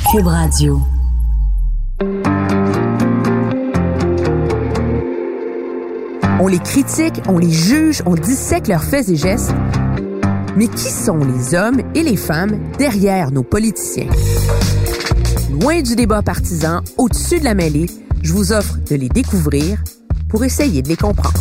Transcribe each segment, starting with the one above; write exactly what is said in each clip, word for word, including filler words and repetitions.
Cube Radio. On les critique, on les juge, on dissèque leurs faits et gestes. Mais qui sont les hommes et les femmes derrière nos politiciens? Loin du débat partisan, au-dessus de la mêlée, je vous offre de les découvrir pour essayer de les comprendre.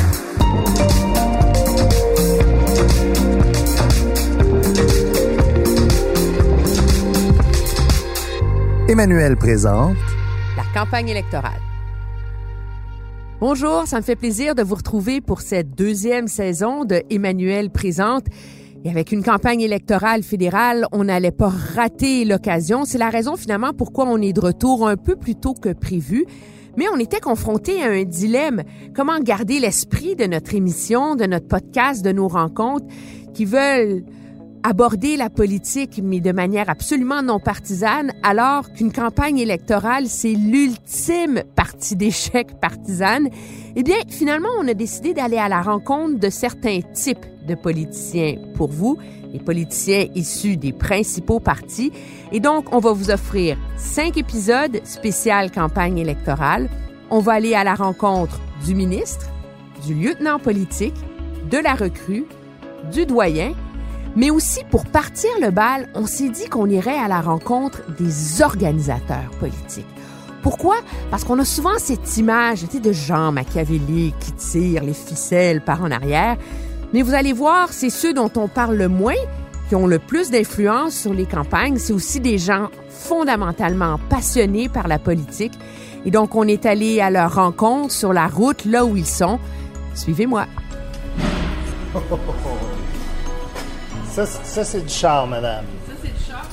Emmanuel présente la campagne électorale. Bonjour, ça me fait plaisir de vous retrouver pour cette deuxième saison de Emmanuel présente. Et avec une campagne électorale fédérale, on n'allait pas rater l'occasion. C'est la raison finalement pourquoi on est de retour un peu plus tôt que prévu. Mais on était confronté à un dilemme. Comment garder l'esprit de notre émission, de notre podcast, de nos rencontres qui veulent aborder la politique, mais de manière absolument non partisane, alors qu'une campagne électorale, c'est l'ultime partie d'échec partisane. Eh bien, finalement, on a décidé d'aller à la rencontre de certains types de politiciens pour vous, les politiciens issus des principaux partis. Et donc, on va vous offrir cinq épisodes spécial campagne électorale. On va aller à la rencontre du ministre, du lieutenant politique, de la recrue, du doyen. Mais aussi, pour partir le bal, on s'est dit qu'on irait à la rencontre des organisateurs politiques. Pourquoi? Parce qu'on a souvent cette image, tu sais, de gens machiavéliques qui tirent les ficelles par en arrière. Mais vous allez voir, c'est ceux dont on parle le moins, qui ont le plus d'influence sur les campagnes. C'est aussi des gens fondamentalement passionnés par la politique. Et donc, on est allé à leur rencontre sur la route, là où ils sont. Suivez-moi. Ça, ça, c'est du char, madame. Ça, c'est du char?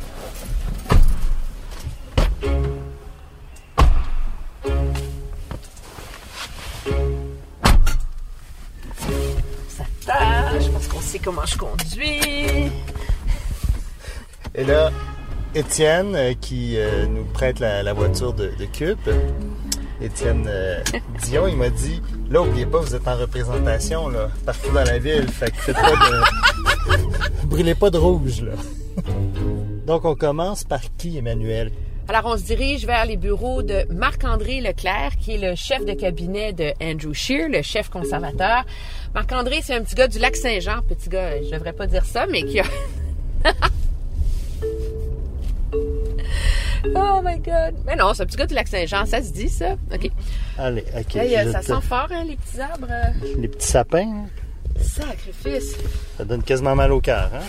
Ça tâche, parce qu'on sait comment je conduis. Et là, Étienne, euh, qui euh, nous prête la, la voiture de, de Cube, Étienne euh, Dion, il m'a dit, là, oubliez pas, vous êtes en représentation, là, partout dans la ville, fait que faites pas de... brûlez pas de rouge, là. Donc, on commence par qui, Emmanuel? Alors, on se dirige vers les bureaux de Marc-André Leclerc, qui est le chef de cabinet de Andrew Scheer, le chef conservateur. Marc-André, c'est un petit gars du Lac-Saint-Jean. Petit gars, je devrais pas dire ça, mais qui a... Oh my God! Mais non, c'est un petit gars du Lac-Saint-Jean, ça se dit, ça? OK. Allez, OK. Hey, ça te... sent fort, hein, les petits arbres. Les petits sapins, hein? Sacrifice! Ça donne quasiment mal au cœur, hein?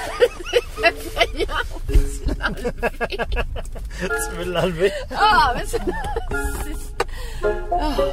Tu veux l'enlever? Ah, mais c'est... Oh.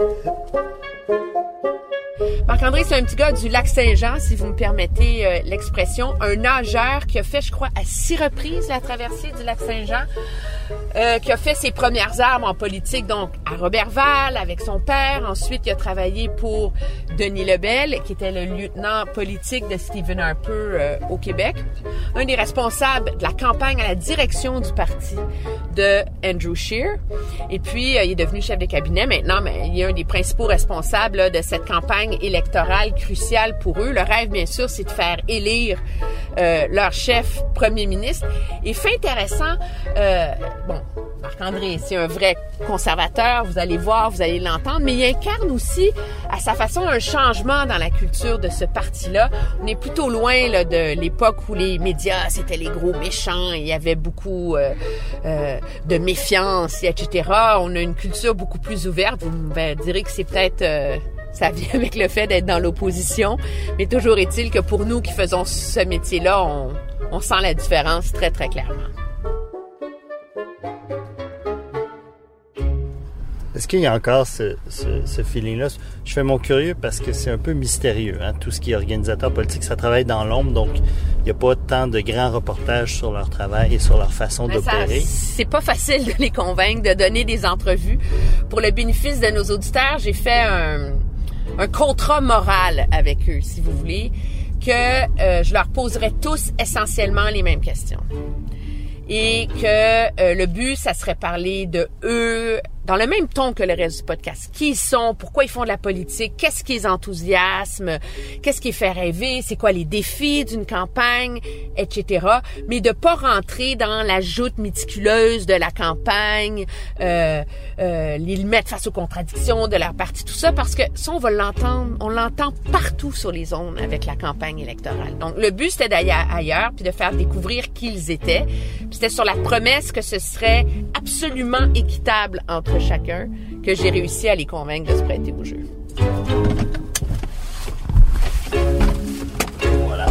Marc-André, c'est un petit gars du Lac-Saint-Jean, si vous me permettez euh, l'expression. Un nageur qui a fait, je crois, à six reprises la traversée du Lac-Saint-Jean, euh, qui a fait ses premières armes en politique, donc à Roberval, avec son père. Ensuite, il a travaillé pour Denis Lebel, qui était le lieutenant politique de Stephen Harper euh, au Québec. Un des responsables de la campagne à la direction du parti de Andrew Scheer. Et puis, euh, il est devenu chef de cabinet maintenant, mais il est un des principaux responsables là, de cette campagne électorale cruciale pour eux. Le rêve, bien sûr, c'est de faire élire euh, leur chef premier ministre. Et fait intéressant, euh, bon, Marc-André, c'est un vrai conservateur, vous allez voir, vous allez l'entendre, mais il incarne aussi, à sa façon, un changement dans la culture de ce parti-là. On est plutôt loin là, de l'époque où les médias, c'était les gros méchants, il y avait beaucoup euh, euh, de méfiance, et cetera. On a une culture beaucoup plus ouverte. Vous me direz que c'est peut-être... Euh, ça vient avec le fait d'être dans l'opposition, mais toujours est-il que pour nous qui faisons ce métier-là, on, on sent la différence très, très clairement. Est-ce qu'il y a encore ce, ce, ce feeling-là? Je fais mon curieux parce que c'est un peu mystérieux. Hein? Tout ce qui est organisateur politique, ça travaille dans l'ombre, donc il n'y a pas tant de grands reportages sur leur travail et sur leur façon Mais d'opérer. Ça, c'est pas facile de les convaincre, de donner des entrevues. Pour le bénéfice de nos auditeurs, j'ai fait un... un contrat moral avec eux, si vous voulez, que euh, je leur poserai tous essentiellement les mêmes questions. Et que euh, le but, ça serait parler de eux dans le même ton que le reste du podcast. Qui ils sont, pourquoi ils font de la politique, qu'est-ce qui les enthousiasme, qu'est-ce qui les fait rêver, c'est quoi les défis d'une campagne, et cetera. Mais de pas rentrer dans la joute méticuleuse de la campagne, euh, euh, les mettre face aux contradictions de leur parti, tout ça, parce que ça, on va l'entendre, on l'entend partout sur les ondes avec la campagne électorale. Donc, le but, c'était d'aller ailleurs, puis de faire découvrir qui ils étaient. Puis c'était sur la promesse que ce serait absolument équitable entre chacun que j'ai réussi à les convaincre de se prêter au jeu. Voilà.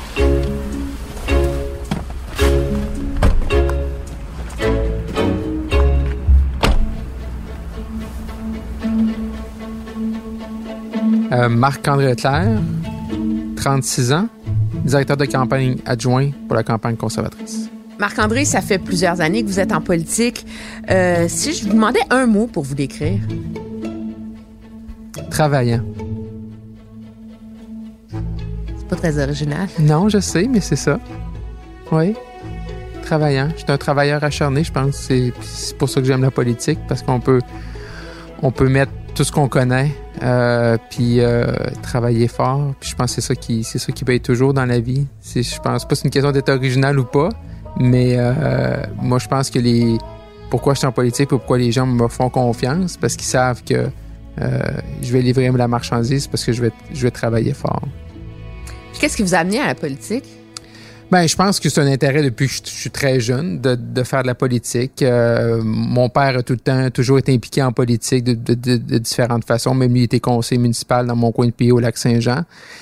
Euh, Marc-André Leclerc, trente-six ans, directeur de campagne adjoint pour la campagne conservatrice. Marc-André, ça fait plusieurs années que vous êtes en politique. Euh, si je vous demandais un mot pour vous décrire. Travaillant. C'est pas très original. Non, je sais, mais c'est ça. Oui. Travaillant. Je suis un travailleur acharné, je pense. C'est, c'est pour ça que j'aime la politique, parce qu'on peut, on peut mettre tout ce qu'on connaît, euh, puis euh, travailler fort. Puis je pense que c'est ça qui, c'est ça qui paye toujours dans la vie. C'est, je pense pas que c'est une question d'être original ou pas. Mais euh, moi, je pense que les pourquoi je suis en politique et pourquoi les gens me font confiance, parce qu'ils savent que euh, je vais livrer la marchandise parce que je vais, je vais travailler fort. Puis qu'est-ce qui vous a amené à la politique? Ben, je pense que c'est un intérêt depuis que je, je suis très jeune de, de faire de la politique. Euh, mon père a tout le temps toujours été impliqué en politique de, de, de, de différentes façons. Même lui, il était conseiller municipal dans mon coin de pays au Lac-Saint-Jean.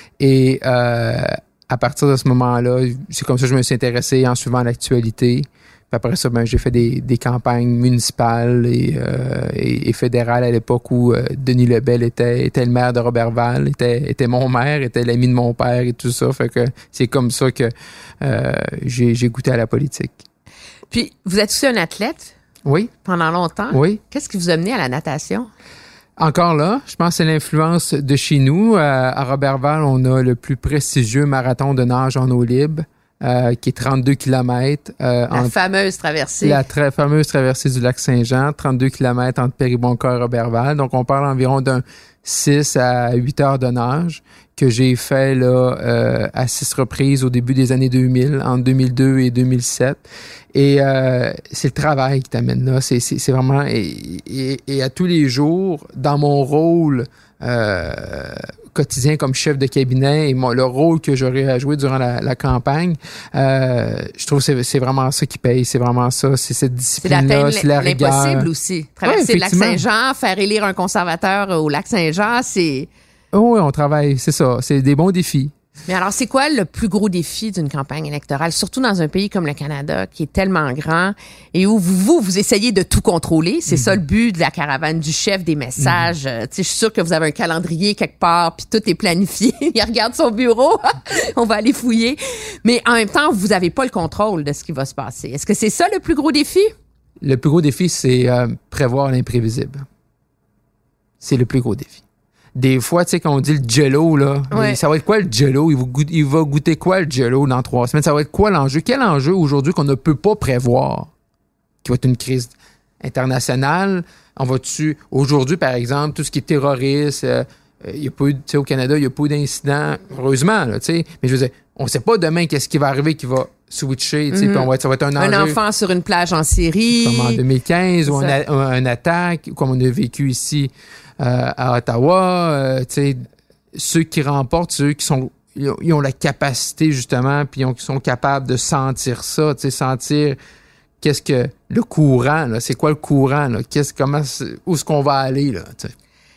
Et euh, à partir de ce moment-là, c'est comme ça que je me suis intéressé en suivant l'actualité. Puis après ça, ben, j'ai fait des, des campagnes municipales et, euh, et, et fédérales à l'époque où euh, Denis Lebel était, était le maire de Roberval, était, était mon maire, était l'ami de mon père et tout ça. Fait que c'est comme ça que euh, j'ai, j'ai goûté à la politique. Puis, vous êtes aussi un athlète? Oui. Pendant longtemps? Oui. Qu'est-ce qui vous a amené à la natation? Encore là, je pense que c'est l'influence de chez nous. Euh, à Roberval, on a le plus prestigieux marathon de nage en eau libre, euh, qui est trente-deux kilomètres. Euh, la entre, fameuse traversée. La très fameuse traversée du lac Saint-Jean, trente-deux kilomètres entre Péribonka et Roberval. Donc, on parle environ d'un six à huit heures de nage que j'ai fait là euh, à six reprises au début des années deux mille, entre deux mille deux et deux mille sept. Et euh, c'est le travail qui t'amène là. C'est, c'est, c'est vraiment... Et, et, et à tous les jours, dans mon rôle euh, quotidien comme chef de cabinet et mon, le rôle que j'aurais à jouer durant la, la campagne, euh, je trouve que c'est, c'est vraiment ça qui paye. C'est vraiment ça. C'est cette discipline-là, c'est, c'est la rigueur. C'est l'impossible aussi. Traverser ouais, le lac Saint-Jean, faire élire un conservateur au lac Saint-Jean, c'est... Oh oui, on travaille, c'est ça. C'est des bons défis. Mais alors, c'est quoi le plus gros défi d'une campagne électorale, surtout dans un pays comme le Canada, qui est tellement grand et où vous, vous, vous essayez de tout contrôler? C'est mmh. ça le but de la caravane du chef, des messages. Mmh. Euh, tu sais, je suis sûre que vous avez un calendrier quelque part, puis tout est planifié. Il regarde son bureau, on va aller fouiller. Mais en même temps, vous n'avez pas le contrôle de ce qui va se passer. Est-ce que c'est ça le plus gros défi? Le plus gros défi, c'est euh, prévoir l'imprévisible. C'est le plus gros défi. Des fois, tu sais, quand on dit le jello, là, ouais. ça va être quoi le jello? Il va, goûter, il va goûter quoi le jello dans trois semaines? Ça va être quoi l'enjeu? Quel enjeu aujourd'hui qu'on ne peut pas prévoir? Qui va être une crise internationale? On va-tu, aujourd'hui, par exemple, tout ce qui est terroriste, il euh, y a pas eu, tu sais, au Canada, il n'y a pas eu d'incident, heureusement, là, tu sais. Mais je veux dire, on ne sait pas demain qu'est-ce qui va arriver qui va switcher, tu sais, mm-hmm. puis on va être, ça va être un enjeu. Un enfant sur une plage en Syrie. Comme en deux mille quinze, ou un, un attaque, comme on a vécu ici. Euh, à Ottawa, euh, tu sais, ceux qui remportent, ceux qui sont, ils ont, ils ont la capacité justement, puis ils sont capables de sentir ça, tu sais, sentir qu'est-ce que le courant, là, c'est quoi le courant, là, qu'est-ce, comment, où est-ce qu'on va aller, là, tu sais.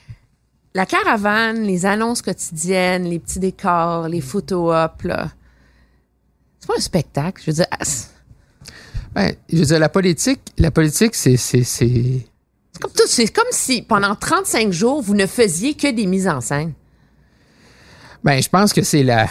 La caravane, les annonces quotidiennes, les petits décors, les photo-ops, là, c'est pas un spectacle, je veux dire. Ben, je veux dire, la politique, la politique, c'est, c'est, c'est. C'est comme, tout, c'est comme si, pendant trente-cinq jours, vous ne faisiez que des mises en scène. Ben, je pense que c'est la...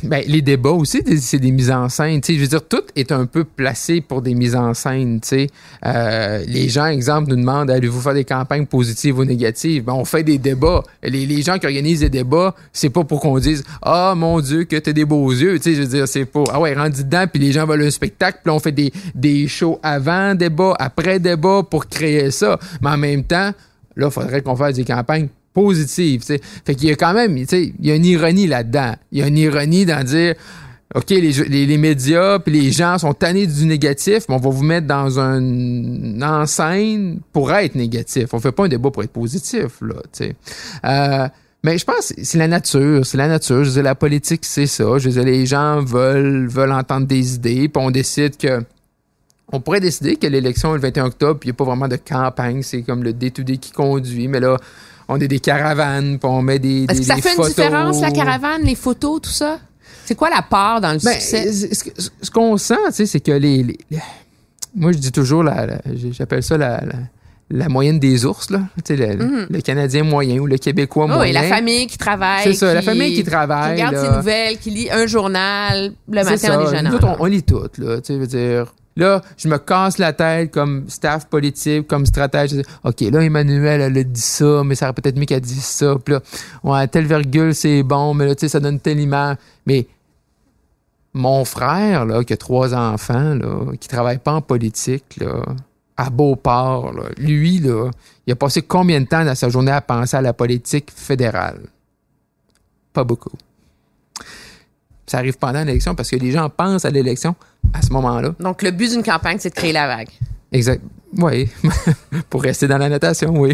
Ben, les débats aussi, c'est des mises en scène. T'sais, je veux dire, tout est un peu placé pour des mises en scène. Euh, les gens, exemple, nous demandent allez-vous faire des campagnes positives ou négatives? Ben, on fait des débats. Les, les gens qui organisent des débats, c'est pas pour qu'on dise ah, mon Dieu, que t'as des beaux yeux. T'sais, je veux dire, c'est pour ah ouais, rendu dedans, puis les gens veulent un spectacle, puis on fait des, des shows avant débat, après débat pour créer ça. Mais en même temps, là, il faudrait qu'on fasse des campagnes positive, tu sais. Fait qu'il y a quand même, tu sais, il y a une ironie là-dedans. Il y a une ironie dans dire, OK, les, les, les médias puis les gens sont tannés du négatif, mais on va vous mettre dans une enseigne pour être négatif. On fait pas un débat pour être positif, là, tu sais. Euh, mais je pense que c'est la nature, c'est la nature. Je veux dire, la politique, c'est ça. Je veux dire, les gens veulent, veulent entendre des idées, puis on décide que on pourrait décider que l'élection le vingt et un octobre, il n'y a pas vraiment de campagne, c'est comme le day-to-day qui conduit, mais là, on a des caravanes, puis on met des, des, Est-ce que ça des fait photos. Une différence, la caravane, les photos, tout ça? C'est quoi la part dans le ben, succès? Ce, ce qu'on sent, tu sais, c'est que les, les, les... Moi, je dis toujours, la, la, j'appelle ça la, la, la moyenne des ours, là. Tu sais, le, mm-hmm. le Canadien moyen ou le Québécois oh, moyen. Oui, la famille qui travaille. C'est ça, qui, la famille qui travaille. Qui regarde là. ses nouvelles, qui lit un journal le matin ça. en déjeunant. Nous autres, on, on lit tout, là. Tu sais, je veux dire... Là, je me casse la tête comme staff politique, comme stratège. Je dis, OK, là, Emmanuel, elle a dit ça, mais ça aurait peut-être mieux qu'elle dise ça. Puis là, ouais, telle virgule, c'est bon, mais là, tu sais, ça donne telle image. Mais mon frère, là, qui a trois enfants, là, qui travaille pas en politique, là, à Beauport, là, lui, là, il a passé combien de temps dans sa journée à penser à la politique fédérale? Pas beaucoup. Ça arrive pendant l'élection parce que les gens pensent à l'élection à ce moment-là. Donc, le but d'une campagne, c'est de créer la vague. Exact. Oui. Pour rester dans la natation, oui.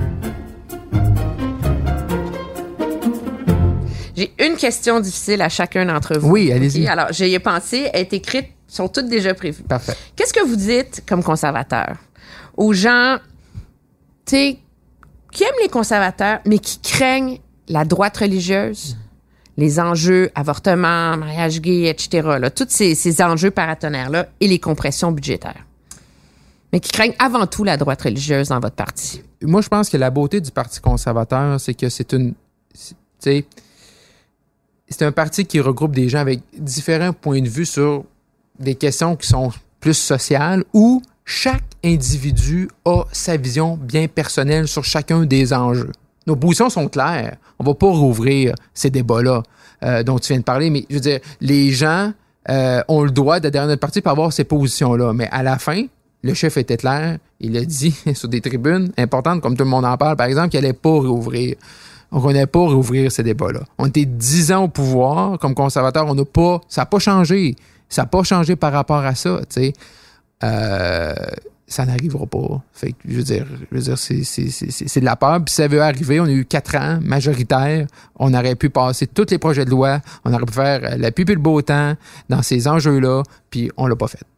J'ai une question difficile à chacun d'entre vous. Oui, allez-y. Okay? Alors, j'y ai pensé, elle est écrite, sont toutes déjà prévues. Parfait. Qu'est-ce que vous dites comme conservateur aux gens, tu sais, qui aiment les conservateurs, mais qui craignent la droite religieuse? Les enjeux, avortement, mariage gay, et cetera, là, tous ces, ces enjeux paratonnerres-là et les compressions budgétaires. Mais qui craignent avant tout la droite religieuse dans votre parti. Moi, je pense que la beauté du Parti conservateur, c'est que c'est une... Tu sais, c'est un parti qui regroupe des gens avec différents points de vue sur des questions qui sont plus sociales où chaque individu a sa vision bien personnelle sur chacun des enjeux. Nos positions sont claires. On va pas rouvrir ces débats-là euh, dont tu viens de parler, mais je veux dire, les gens euh, ont le droit d'adhérer à notre parti pour avoir ces positions-là. Mais à la fin, le chef était clair. Il a dit sur des tribunes importantes, comme tout le monde en parle, par exemple, qu'il n'allait pas rouvrir. On n'allait pas rouvrir ces débats-là. On était dix ans au pouvoir comme conservateurs. On n'a pas, ça n'a pas changé. Ça n'a pas changé par rapport à ça, tu sais. Euh, ça n'arrivera pas. Fait que, je veux dire, je veux dire c'est, c'est, c'est, c'est de la peur. Puis ça veut arriver. On a eu quatre ans majoritaires. On aurait pu passer tous les projets de loi. On aurait pu faire la pluie et le beau temps dans ces enjeux-là. Puis on l'a pas fait.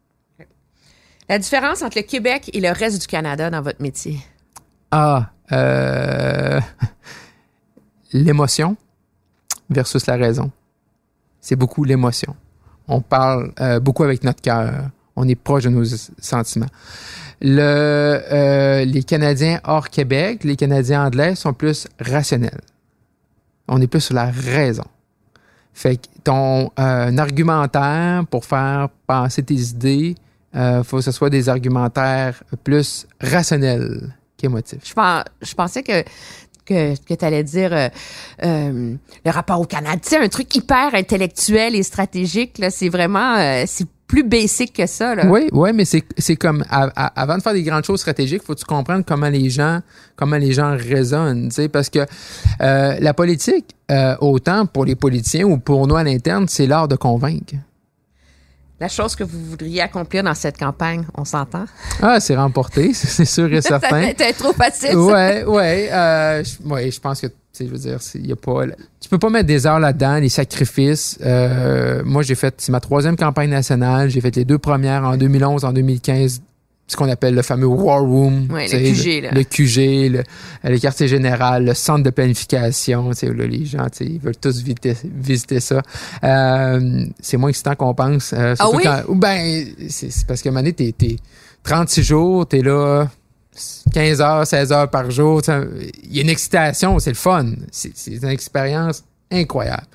La différence entre le Québec et le reste du Canada dans votre métier? Ah, euh, l'émotion versus la raison. C'est beaucoup l'émotion. On parle euh, beaucoup avec notre cœur. On est proche de nos sentiments. Le, euh, les Canadiens hors Québec, les Canadiens anglais sont plus rationnels. On est plus sur la raison. Fait que ton euh, argumentaire pour faire passer tes idées, il euh, faut que ce soit des argumentaires plus rationnels qu'émotifs. Je, pense, je pensais que que, que tu allais dire euh, euh, le rapport au Canada. Tu sais, un truc hyper intellectuel et stratégique, là, c'est vraiment... Euh, c'est plus basic que ça, là. Oui, oui, mais c'est, c'est comme, à, à, avant de faire des grandes choses stratégiques, il faut que tu comprennes comment les gens, comment les gens raisonnent, tu sais, parce que euh, la politique, euh, autant pour les politiciens ou pour nous à l'interne, c'est l'art de convaincre. La chose que vous voudriez accomplir dans cette campagne, on s'entend? Ah, c'est remporté, c'est sûr et certain. C'était trop facile. Oui, oui. Euh, ouais, je pense que, tu sais, je veux dire, il y a pas... Tu peux pas mettre des heures là-dedans, les sacrifices. Euh, moi, j'ai fait... C'est ma troisième campagne nationale. J'ai fait les deux premières en deux mille onze, en deux mille quinze, ce qu'on appelle le fameux War Room. Oui, le Q G, le, là. Le Q G, le, le quartier général, le centre de planification. Tu sais, là, les gens, tu sais, ils veulent tous visiter, visiter ça. Euh, c'est moins excitant qu'on pense. Euh, ah oui? Quand, ben, c'est, c'est parce qu'à un moment donné, t'es, t'es trente-six jours, t'es là quinze heures, seize heures par jour. Il y a une excitation, c'est le fun. C'est, c'est une expérience incroyable.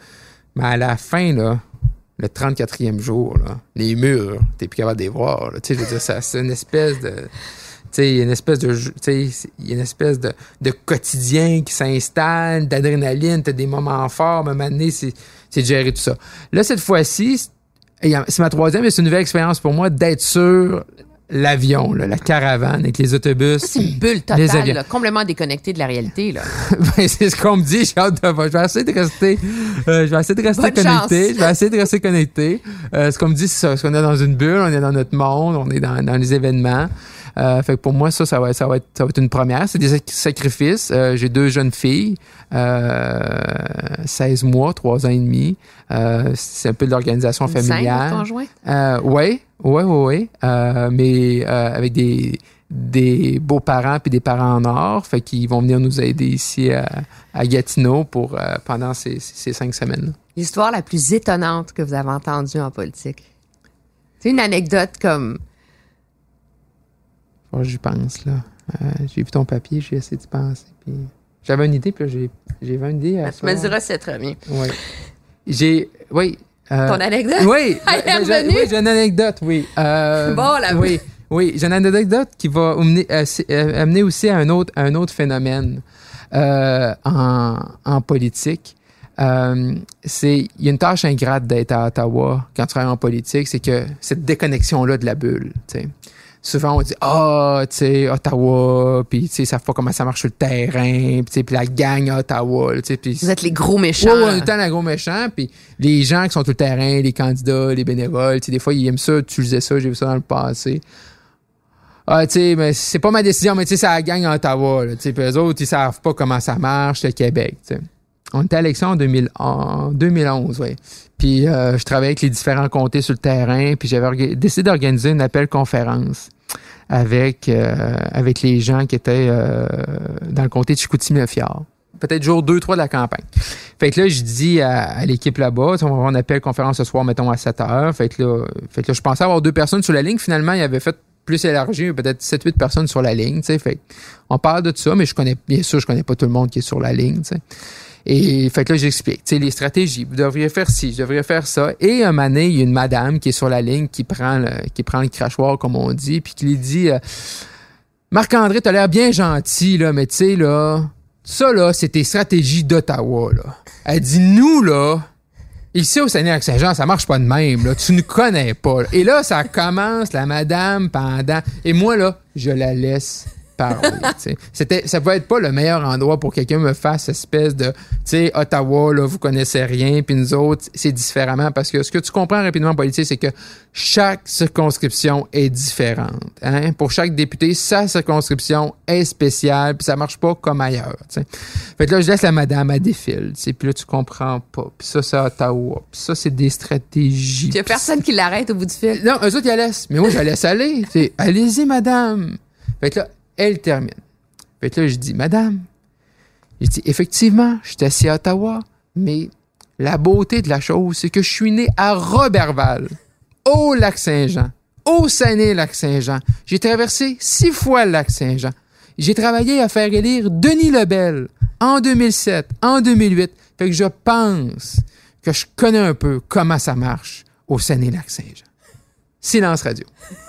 Mais à la fin, là, le trente-quatrième jour, là, les murs, t'es plus capable de les voir. Tu sais, je veux dire, ça, c'est une espèce de... Tu sais, il y a une espèce de... Tu sais, il y a une espèce de, de quotidien qui s'installe, d'adrénaline, t'as des moments forts, mais maintenant, c'est, c'est de gérer tout ça. Là, cette fois-ci, c'est ma troisième, et c'est une nouvelle expérience pour moi d'être sur l'avion, là, la caravane avec les autobus. Ça, c'est une bulle totale, là, complètement déconnectée de la réalité. Là. Ben, c'est ce qu'on me dit. J'ai hâte de... Je vais essayer de rester, euh, je vais essayer de rester Bonne connecté. chance. Je vais essayer de rester connecté. Euh, ce qu'on me dit, c'est ça. Parce qu'on est dans une bulle, on est dans notre monde, on est dans, dans les événements. Euh, fait que pour moi, ça, ça va, ça va être, ça va être une première. C'est des sac- sacrifices. Euh, j'ai deux jeunes filles, euh, seize mois, trois ans et demi. Euh, c'est un peu de l'organisation Une familiale. scène, conjoint? Euh, ouais, ouais, ouais, ouais. Euh, mais euh, avec des des beaux-parents puis des parents en or, fait qu'ils vont venir nous aider ici à, à Gatineau pour euh, pendant ces, ces cinq semaines. L'histoire la plus étonnante que vous avez entendue en politique. C'est une anecdote comme... Oh, j'y pense, là. Euh, j'ai vu ton papier, j'ai essayé d'y penser. Puis j'avais une idée, puis là, j'ai, j'avais une idée à Tu me diras, c'est très bien. Oui. J'ai... Oui. Euh, Ton anecdote? Oui. Elle est j'ai, revenue? oui, j'ai une anecdote, oui. Euh, Bon, la Oui, oui. J'ai une anecdote qui va amener, euh, euh, amener aussi à un autre, à un autre phénomène euh, en, en politique. Euh, c'est, il y a une tâche ingrate d'être à Ottawa quand tu travailles en politique, c'est que cette déconnexion-là de la bulle, tu sais. Souvent, on dit « Ah, oh, tu sais, Ottawa, puis tu sais, ils savent pas comment ça marche sur le terrain, puis la gang à Ottawa, tu sais. » puis Vous êtes les gros méchants. Ouais, ouais, on est tout le temps les gros méchants, puis les gens qui sont sur le terrain, les candidats, les bénévoles, tu sais, des fois, ils aiment ça, tu disais ça, j'ai vu ça dans le passé. Ah, tu sais, mais c'est pas ma décision, mais tu sais, c'est la gang à Ottawa, tu sais, puis eux autres, ils savent pas comment ça marche, le Québec, tu sais. On était à l'élection en deux mille onze, oui. Puis euh, je travaillais avec les différents comtés sur le terrain, puis j'avais orga- décidé d'organiser une appel-conférence avec euh, avec les gens qui étaient euh, dans le comté de Chicoutimi-Le-Fjord. Peut-être jour deux, trois de la campagne. Fait que là, je dis à, à l'équipe là-bas, on va avoir une appel-conférence ce soir, mettons, à sept heures. Fait que là, fait que là, je pensais avoir deux personnes sur la ligne. Finalement, il y avait fait plus élargi, peut-être sept huit personnes sur la ligne, tu sais. Fait on parle de tout ça, mais je connais, bien sûr, je connais pas tout le monde qui est sur la ligne, tu sais. Et fait que là, j'explique, tu sais, les stratégies, vous devriez faire ci, je devrais faire ça. Et un moment donné, il y a une madame qui est sur la ligne, qui prend le, qui prend le crachoir, comme on dit, puis qui lui dit euh, Marc-André, t'as l'air bien gentil, là, mais tu sais, là, ça, là, c'est tes stratégies d'Ottawa, là. Elle dit, nous, là, ici au Saguenay-Lac-Saint-Jean, ça marche pas de même, là. Tu ne connais pas. Là. Et là, ça commence, la madame, pendant... Et moi, là, je la laisse parler. C'était, ça peut être pas le meilleur endroit pour quelqu'un me fasse cette espèce de, tu sais, Ottawa, là, vous connaissez rien, puis nous autres, c'est différemment, parce que ce que tu comprends rapidement en politique, c'est que chaque circonscription est différente. Hein? Pour chaque député, sa circonscription est spéciale, puis ça marche pas comme ailleurs. T'sais. Fait que là, je laisse la madame à défile, puis là, tu comprends pas. Puis ça, c'est Ottawa. Puis ça, c'est des stratégies. Il y a personne qui l'arrête au bout du fil. Non, eux autres, ils la laissent. Mais moi, je la laisse aller. T'sais, allez-y, madame. Fait que là, elle termine. Fait que là, je dis, madame, je dis, effectivement, je suis assis à Ottawa, mais la beauté de la chose, c'est que je suis né à Roberval, au Lac-Saint-Jean, au Saguenay-Lac-Saint-Jean. J'ai traversé six fois le Lac-Saint-Jean. J'ai travaillé à faire élire Denis Lebel en deux mille sept, en deux mille huit. Fait que je pense que je connais un peu comment ça marche au Saguenay-Lac-Saint-Jean. Silence radio.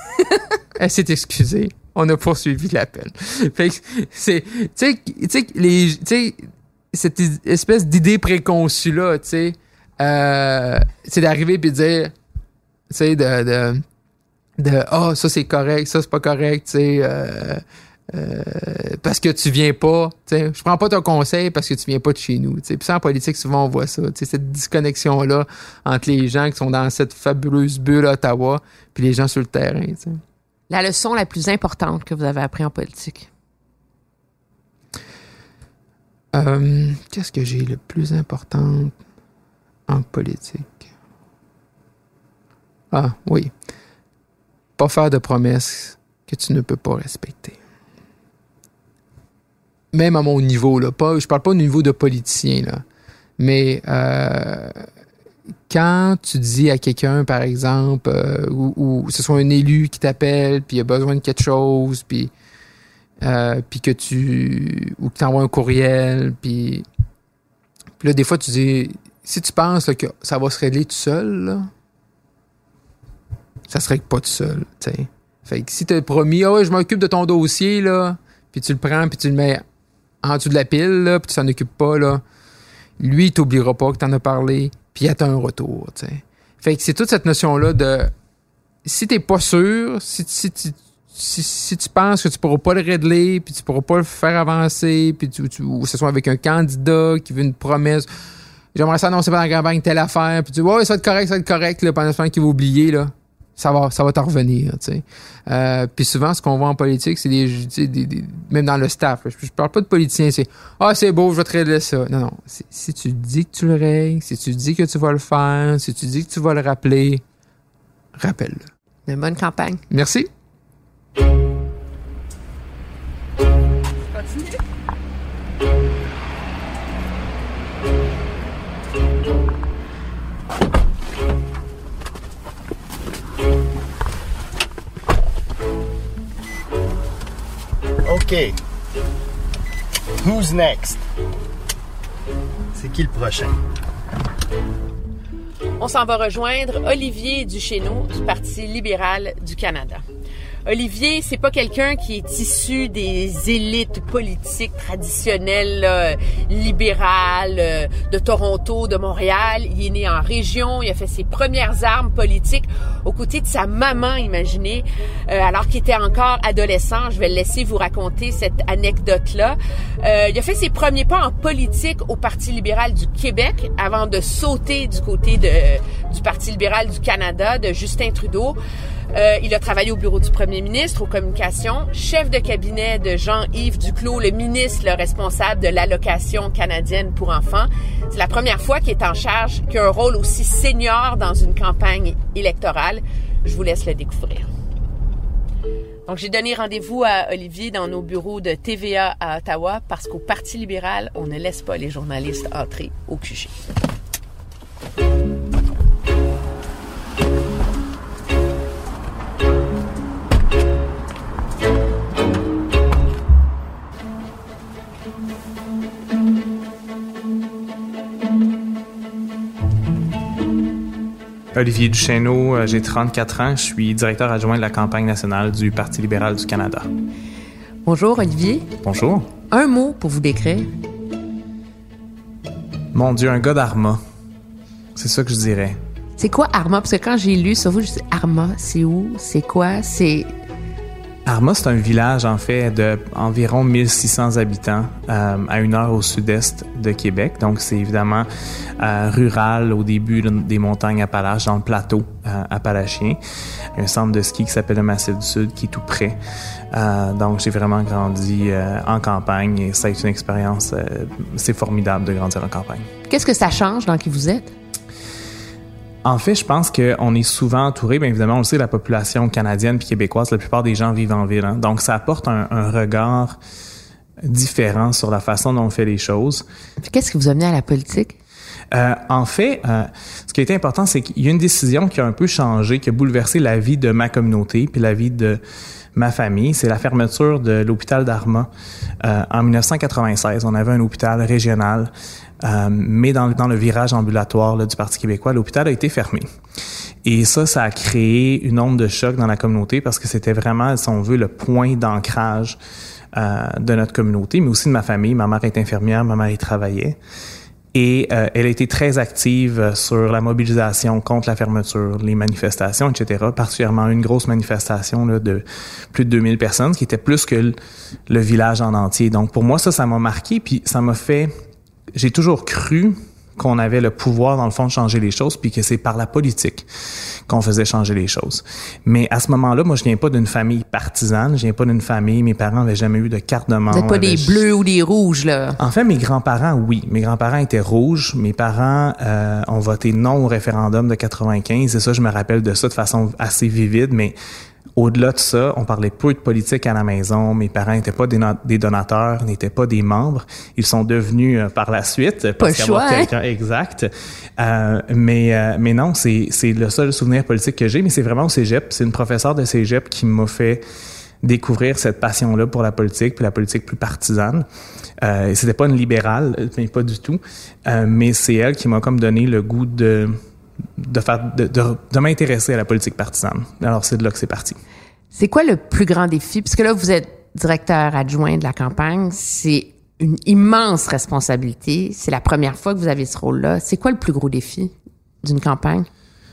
Elle s'est excusée. On a poursuivi l'appel. Fait que c'est, tu sais, tu sais, les, tu sais, cette espèce d'idée préconçue-là, tu sais, euh, c'est d'arriver puis de dire, tu sais, de, de, de, ah, oh, ça c'est correct, ça c'est pas correct, tu sais, euh, euh, parce que tu viens pas, tu sais, je prends pas ton conseil parce que tu viens pas de chez nous, tu sais. Puis ça, en politique, souvent, on voit ça, tu sais, cette disconnexion-là entre les gens qui sont dans cette fabuleuse bulle à Ottawa puis les gens sur le terrain, tu sais. La leçon la plus importante que vous avez appris en politique? Euh, qu'est-ce que j'ai le plus important en politique? Ah, oui. Pas faire de promesses que tu ne peux pas respecter. Même à mon niveau, là. Pas, je parle pas au niveau de politicien, là. Mais euh, quand tu dis à quelqu'un, par exemple, euh, ou, ou ce soit un élu qui t'appelle, puis il a besoin de quelque chose, puis euh, puis que tu... ou que tu envoies un courriel, puis, puis là, des fois, tu dis... si tu penses là, que ça va se régler tout seul, là, ça se règle pas tout seul, tu sais. Fait que si t'as promis, ah ouais, je m'occupe de ton dossier, là, puis tu le prends, puis tu le mets en dessous de la pile, là, puis tu t'en occupes pas, là, lui, il t'oubliera pas que t'en as parlé, puis il attend un retour, tu sais. Fait que c'est toute cette notion-là de, si t'es pas sûr, si, si, si, si, si tu penses que tu pourras pas le régler, puis tu pourras pas le faire avancer, puis tu, tu, ou que ce soit avec un candidat qui veut une promesse, j'aimerais ça annoncer pendant la campagne telle affaire, puis tu dis, ouais, ça va être correct, ça va être correct, là, pendant ce temps qu'il va oublier, là. Ça va, ça va t'en revenir, tu sais. Euh, puis souvent, ce qu'on voit en politique, c'est des, des, des, des même dans le staff. Je, je parle pas de politiciens, c'est ah c'est beau, je vais te régler ça. Non non, c'est, si tu dis que tu le règles, si tu dis que tu vas le faire, si tu dis que tu vas le rappeler, rappelle-le. Une bonne campagne. Merci. Continue. OK. Who's next? C'est qui le prochain? On s'en va rejoindre Olivier Duchesneau du Parti libéral du Canada. Olivier, c'est pas quelqu'un qui est issu des élites politiques traditionnelles, là, libérales, euh, de Toronto, de Montréal. Il est né en région, il a fait ses premières armes politiques aux côtés de sa maman, imaginez, euh, alors qu'il était encore adolescent. Je vais le laisser vous raconter cette anecdote-là. Euh, il a fait ses premiers pas en politique au Parti libéral du Québec avant de sauter du côté de, du Parti libéral du Canada, de Justin Trudeau. Euh, il a travaillé au bureau du premier ministre, aux communications, chef de cabinet de Jean-Yves Duclos, le ministre, le responsable de l'allocation canadienne pour enfants. C'est la première fois qu'il est en charge, qu'il a un rôle aussi senior dans une campagne électorale. Je vous laisse le découvrir. Donc, j'ai donné rendez-vous à Olivier dans nos bureaux de T V A à Ottawa parce qu'au Parti libéral, on ne laisse pas les journalistes entrer au Q G. Olivier Duchesneau, j'ai trente-quatre ans, je suis directeur adjoint de la campagne nationale du Parti libéral du Canada. Bonjour Olivier. Bonjour. Un mot pour vous décrire. Mon Dieu, un gars d'Arma. C'est ça que je dirais. C'est quoi Arma? Parce que quand j'ai lu sur vous, je dis Arma, c'est où? C'est quoi? C'est... Arma, c'est un village, en fait, d'environ mille six cents habitants euh, à une heure au sud-est de Québec. Donc, c'est évidemment euh, rural au début là, des montagnes Appalaches, dans le plateau euh, appalachien. Un centre de ski qui s'appelle le Massif du Sud, qui est tout près. Euh, donc, j'ai vraiment grandi euh, en campagne et ça a été une expérience, euh, c'est formidable de grandir en campagne. Qu'est-ce que ça change dans qui vous êtes? En fait, je pense qu'on est souvent entouré, bien évidemment, on le sait, la population canadienne puis québécoise, la plupart des gens vivent en ville. Hein? Donc, ça apporte un, un regard différent sur la façon dont on fait les choses. Qu'est-ce qui vous a mené à la politique? Euh, en fait, euh, ce qui a été important, c'est qu'il y a une décision qui a un peu changé, qui a bouleversé la vie de ma communauté puis la vie de ma famille. C'est la fermeture de l'hôpital d'Arma. Euh, en dix-neuf cent quatre-vingt-seize, on avait un hôpital régional, euh, mais dans, dans le virage ambulatoire là, du Parti québécois, l'hôpital a été fermé. Et ça, ça a créé une onde de choc dans la communauté parce que c'était vraiment, si on veut, le point d'ancrage euh, de notre communauté, mais aussi de ma famille. Ma mère est infirmière, ma mère y travaillait. Et euh, elle a été très active sur la mobilisation contre la fermeture, les manifestations, et cetera. Particulièrement une grosse manifestation là, de plus de deux mille personnes, ce qui était plus que le, le village en entier. Donc pour moi, ça, ça m'a marqué, puis ça m'a fait... J'ai toujours cru qu'on avait le pouvoir, dans le fond, de changer les choses, puis que c'est par la politique qu'on faisait changer les choses. Mais à ce moment-là, moi, je viens pas d'une famille partisane, je viens pas d'une famille, mes parents n'avaient jamais eu de carte de membre. Vous n'êtes pas des bleus ou des rouges, là? En fait, mes grands-parents, oui. Mes grands-parents étaient rouges. Mes parents euh, ont voté non au référendum de quatre-vingt-quinze, et ça, je me rappelle de ça de façon assez vivide, mais au-delà de ça, on parlait peu de politique à la maison. Mes parents n'étaient pas des, no- des donateurs, n'étaient pas des membres. Ils sont devenus euh, par la suite. Pas le choix, hein? quelqu'un exact. Euh, mais euh, mais non, c'est c'est le seul souvenir politique que j'ai. Mais c'est vraiment au cégep. C'est une professeure de cégep qui m'a fait découvrir cette passion-là pour la politique, puis la politique plus partisane. Euh, c'était pas une libérale, mais pas du tout. Euh, mais c'est elle qui m'a comme donné le goût de de faire de, de, de m'intéresser à la politique partisane. Alors c'est de là que c'est parti. C'est quoi le plus grand défi? Parce que là, vous êtes directeur adjoint de la campagne. C'est une immense responsabilité. C'est la première fois que vous avez ce rôle-là. C'est quoi le plus gros défi d'une campagne?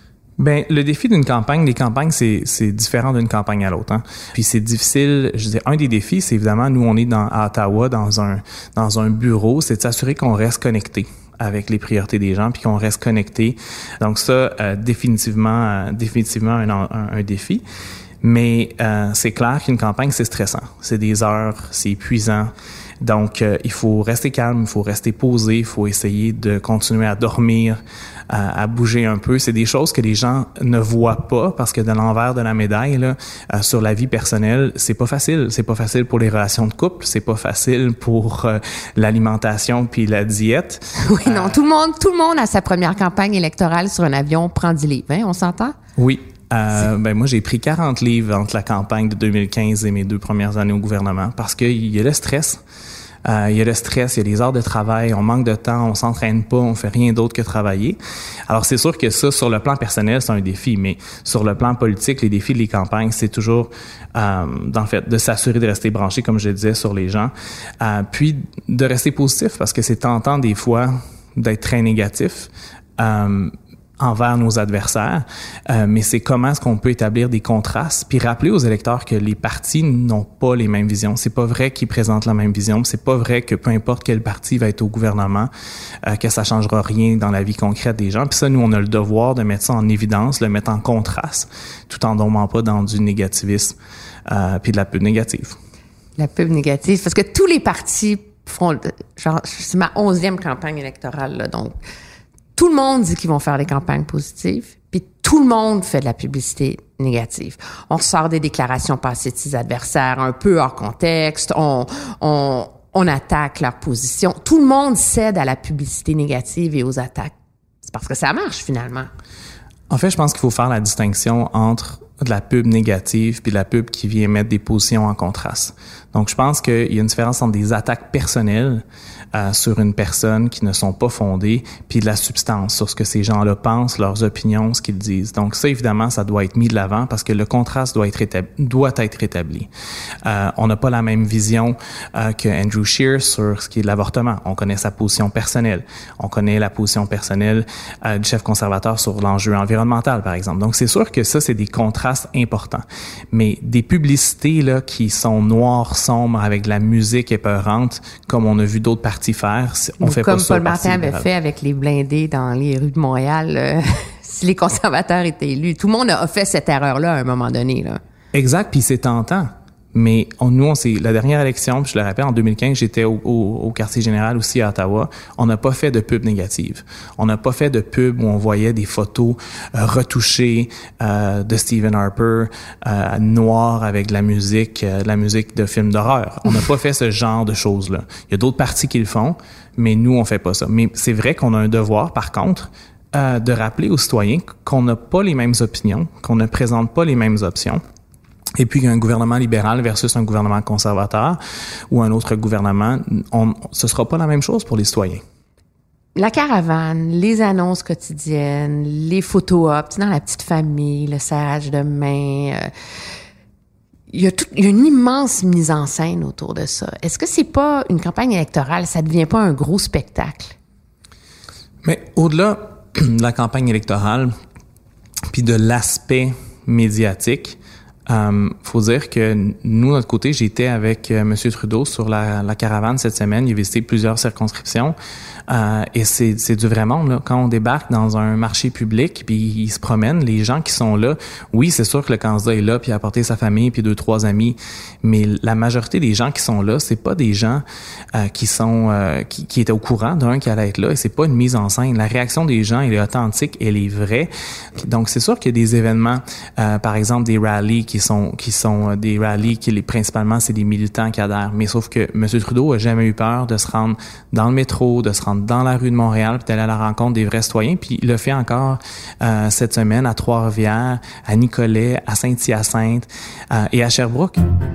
Ben le défi d'une campagne, les campagnes, c'est c'est différent d'une campagne à l'autre. Hein. Puis c'est difficile. Je dis un des défis, c'est évidemment nous on est dans à Ottawa dans un dans un bureau, c'est de s'assurer qu'on reste connecté avec les priorités des gens puis qu'on reste connecté. Donc ça euh, définitivement euh, définitivement un, un, un défi. Mais euh, c'est clair qu'une campagne c'est stressant, c'est des heures, c'est épuisant. Donc, euh, il faut rester calme, il faut rester posé, il faut essayer de continuer à dormir, à, à bouger un peu. C'est des choses que les gens ne voient pas parce que de l'envers de la médaille, là, euh, sur la vie personnelle, c'est pas facile. C'est pas facile pour les relations de couple, c'est pas facile pour euh, l'alimentation puis la diète. Oui, non, euh, tout le monde, tout le monde à sa première campagne électorale sur un avion prend dix livres, hein, on s'entend? Oui. Euh, ben moi j'ai pris quarante livres entre la campagne de deux mille quinze et mes deux premières années au gouvernement parce qu'il y a le stress. Euh, il y a le stress, il y a les heures de travail, on manque de temps, on s'entraîne pas, on fait rien d'autre que travailler. Alors c'est sûr que ça, sur le plan personnel, c'est un défi, mais sur le plan politique, les défis des campagnes, c'est toujours, euh, dans le fait, de s'assurer de rester branché, comme je le disais, sur les gens, euh, puis de rester positif parce que c'est tentant des fois d'être très négatif. Euh, envers nos adversaires, euh, mais c'est comment est-ce qu'on peut établir des contrastes, puis rappeler aux électeurs que les partis n'ont pas les mêmes visions. C'est pas vrai qu'ils présentent la même vision, c'est pas vrai que peu importe quel parti va être au gouvernement, euh, que ça changera rien dans la vie concrète des gens. Puis ça, nous, on a le devoir de mettre ça en évidence, le mettre en contraste, tout en tombant pas dans du négativisme, euh, puis de la pub négative. La pub négative, parce que tous les partis font, genre, c'est ma onzième campagne électorale, là, donc tout le monde dit qu'ils vont faire des campagnes positives, puis tout le monde fait de la publicité négative. On sort des déclarations passées de ses adversaires un peu hors contexte, on, on, on attaque leur position. Tout le monde cède à la publicité négative et aux attaques. C'est parce que ça marche, finalement. En fait, je pense qu'il faut faire la distinction entre de la pub négative puis de la pub qui vient mettre des positions en contraste. Donc, je pense qu'il y a une différence entre des attaques personnelles euh, sur une personne qui ne sont pas fondées, puis de la substance sur ce que ces gens-là pensent, leurs opinions, ce qu'ils disent. Donc, ça, évidemment, ça doit être mis de l'avant parce que le contraste doit être établi. Doit être établi. Euh, on n'a pas la même vision euh, que Andrew Scheer sur ce qui est de l'avortement. On connaît sa position personnelle. On connaît la position personnelle euh, du chef conservateur sur l'enjeu environnemental, par exemple. Donc, c'est sûr que ça, c'est des contrastes importants. Mais des publicités là qui sont noires, sombres, avec de la musique épeurante, comme on a vu d'autres partis faire, on Ou fait comme pas ça. Comme Paul Martin avait fait avec les blindés dans les rues de Montréal, euh, si les conservateurs étaient élus. Tout le monde a fait cette erreur-là à un moment donné, là. Exact, puis c'est tentant. Mais on, nous, on s'est, la dernière élection, puis je le rappelle, en deux mille quinze, j'étais au, au, au quartier général aussi à Ottawa. On n'a pas fait de pub négative. On n'a pas fait de pub où on voyait des photos euh, retouchées euh, de Stephen Harper, euh, noir avec de la musique, euh, de la musique de films d'horreur. On n'a pas fait ce genre de choses-là. Il y a d'autres partis qui le font, mais nous, on fait pas ça. Mais c'est vrai qu'on a un devoir, par contre, euh, de rappeler aux citoyens qu'on n'a pas les mêmes opinions, qu'on ne présente pas les mêmes options. Et puis un gouvernement libéral versus un gouvernement conservateur ou un autre gouvernement, on, ce sera pas la même chose pour les citoyens. La caravane, les annonces quotidiennes, les photo-ops, dans la petite famille, le serrage de main, euh, il y a tout, il y a une immense mise en scène autour de ça. Est-ce que c'est pas une campagne électorale, ça devient pas un gros spectacle? Mais au-delà de la campagne électorale, puis de l'aspect médiatique, Euh, faut dire que nous, de notre côté, j'étais avec euh, M. Trudeau sur la, la caravane cette semaine. Il a visité plusieurs circonscriptions. Euh, et c'est, c'est du vrai monde, là. Quand on débarque dans un marché public, puis il se promène, les gens qui sont là, oui, c'est sûr que le candidat est là, puis il a apporté sa famille, puis deux, trois amis. Mais la majorité des gens qui sont là, c'est pas des gens euh, qui sont euh, qui, qui étaient au courant d'un qui allait être là. Et c'est pas une mise en scène. La réaction des gens, elle est authentique, elle est vraie. Donc, c'est sûr qu'il y a des événements, euh, par exemple des rallyes qui qui sont qui sont des rallyes qui les principalement c'est des militants qui adhèrent. Mais sauf que M. Trudeau a jamais eu peur de se rendre dans le métro, de se rendre dans la rue de Montréal, puis d'aller à la rencontre des vrais citoyens. Puis il le fait encore euh, cette semaine à Trois-Rivières, à Nicolet, à Saint-Hyacinthe euh, et à Sherbrooke.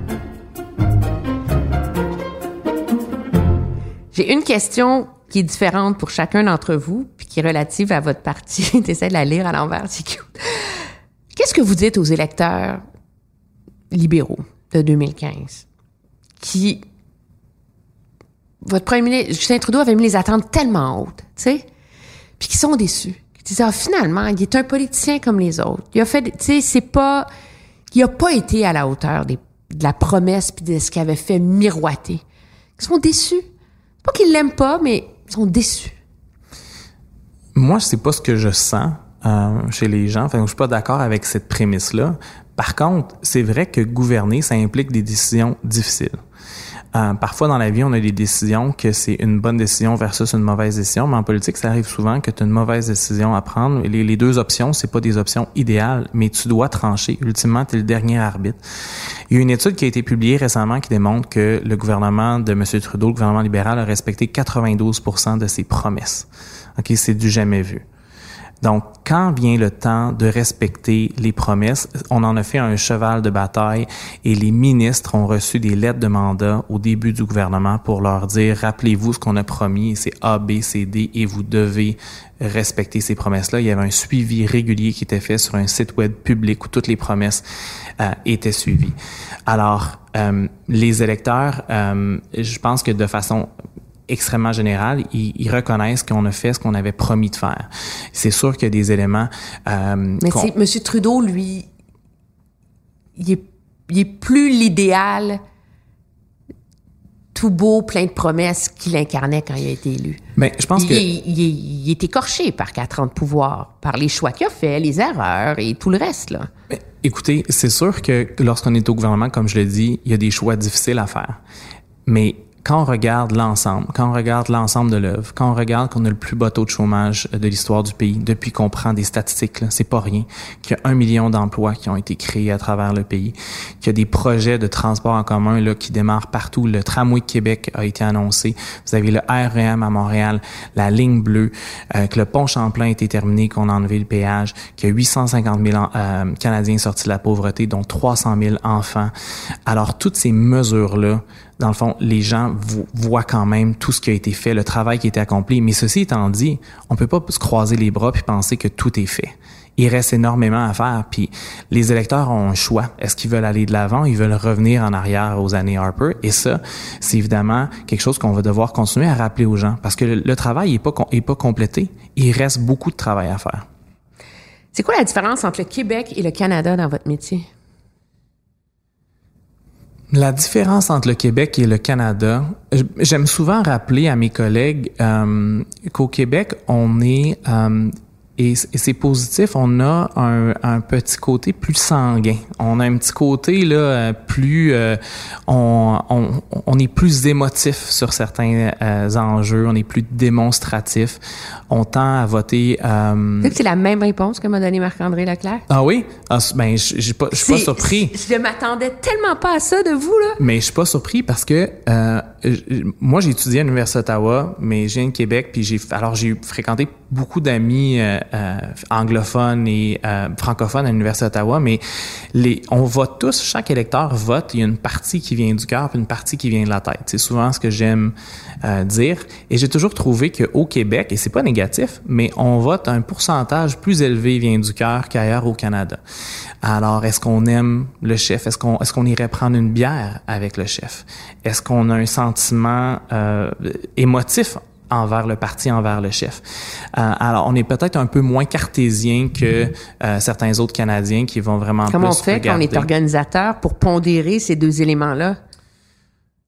J'ai une question qui est différente pour chacun d'entre vous, puis qui est relative à votre parti. T'essaies de la lire à l'envers, c'est cute. Qu'est-ce que vous dites aux électeurs libéraux de deux mille quinze qui... Votre premier ministre, Justin Trudeau, avait mis les attentes tellement hautes, tu sais, puis qui sont déçus. Qui disent, ah, finalement, il est un politicien comme les autres. Il a fait, tu sais, c'est pas... Il a pas été à la hauteur des, de la promesse puis de ce qu'il avait fait miroiter. Ils sont déçus. Pas qu'ils l'aiment pas, mais ils sont déçus. Moi, c'est pas ce que je sens euh, chez les gens. Enfin, je suis pas d'accord avec cette prémisse-là. Par contre, c'est vrai que gouverner, ça implique des décisions difficiles. Euh, parfois, dans la vie, on a des décisions que c'est une bonne décision versus une mauvaise décision, mais en politique, ça arrive souvent que tu as une mauvaise décision à prendre. Les, les deux options, c'est pas des options idéales, mais tu dois trancher. Ultimement, tu es le dernier arbitre. Il y a une étude qui a été publiée récemment qui démontre que le gouvernement de M. Trudeau, le gouvernement libéral, a respecté quatre-vingt-douze pour cent de ses promesses. OK, c'est du jamais vu. Donc, quand vient le temps de respecter les promesses, on en a fait un cheval de bataille et les ministres ont reçu des lettres de mandat au début du gouvernement pour leur dire, rappelez-vous ce qu'on a promis, c'est A, B, C, D et vous devez respecter ces promesses-là. Il y avait un suivi régulier qui était fait sur un site web public où toutes les promesses euh, étaient suivies. Alors, euh, les électeurs, euh, je pense que de façon extrêmement général, ils, ils reconnaissent qu'on a fait ce qu'on avait promis de faire. C'est sûr qu'il y a des éléments... Euh, Mais tu sais, M. Trudeau, lui, il est, il est plus l'idéal tout beau, plein de promesses qu'il incarnait quand il a été élu. Mais je pense il, que... Il, il, il est écorché par quatre ans de pouvoir, par les choix qu'il a fait, les erreurs et tout le reste, là. Mais, écoutez, c'est sûr que lorsqu'on est au gouvernement, comme je l'ai dit, il y a des choix difficiles à faire. Mais quand on regarde l'ensemble, quand on regarde l'ensemble de l'œuvre, quand on regarde qu'on a le plus bas taux de chômage de l'histoire du pays, depuis qu'on prend des statistiques, là, c'est pas rien, qu'il y a un million d'emplois qui ont été créés à travers le pays, qu'il y a des projets de transport en commun là qui démarrent partout. Le tramway de Québec a été annoncé. Vous avez le R E M à Montréal, la ligne bleue, euh, que le pont Champlain a été terminé, qu'on a enlevé le péage, qu'il y a huit cent cinquante mille euh, Canadiens sortis de la pauvreté, dont trois cent mille enfants. Alors, toutes ces mesures-là, dans le fond, les gens voient quand même tout ce qui a été fait, le travail qui a été accompli. Mais ceci étant dit, on peut pas se croiser les bras puis penser que tout est fait. Il reste énormément à faire. Puis les électeurs ont un choix. Est-ce qu'ils veulent aller de l'avant? Ils veulent revenir en arrière aux années Harper. Et ça, c'est évidemment quelque chose qu'on va devoir continuer à rappeler aux gens. Parce que le, le travail est pas, est pas complété. Il reste beaucoup de travail à faire. C'est quoi la différence entre le Québec et le Canada dans votre métier? La différence entre le Québec et le Canada, j'aime souvent rappeler à mes collègues euh, qu'au Québec, on est, euh, et c'est positif, on a un, un petit côté plus sanguin. On a un petit côté là plus, euh, on, on, on est plus émotif sur certains euh, enjeux, on est plus démonstratif. On tend à voter. Euh... Tu sais que c'est la même réponse que m'a donné Marc-André Leclerc. Ah oui? Ah, ben, je suis pas, je suis pas surpris. Je m'attendais tellement pas à ça de vous, là. Mais je suis pas surpris parce que euh, je, moi, j'ai étudié à l'Université d'Ottawa, mais je viens de Québec, puis j'ai alors j'ai fréquenté beaucoup d'amis euh, euh, anglophones et euh, francophones à l'Université d'Ottawa, mais les, on vote tous, chaque électeur vote, il y a une partie qui vient du cœur puis une partie qui vient de la tête. C'est souvent ce que j'aime euh, dire. Et j'ai toujours trouvé qu'au Québec, et c'est pas négatif, mais on vote un pourcentage plus élevé vient du cœur qu'ailleurs au Canada. Alors, est-ce qu'on aime le chef? Est-ce qu'on est-ce qu'on irait prendre une bière avec le chef? Est-ce qu'on a un sentiment euh, émotif envers le parti, envers le chef? Euh, alors, on est peut-être un peu moins cartésien que euh, certains autres Canadiens qui vont vraiment Comment plus on fait regarder. quand on est organisateur pour pondérer ces deux éléments-là?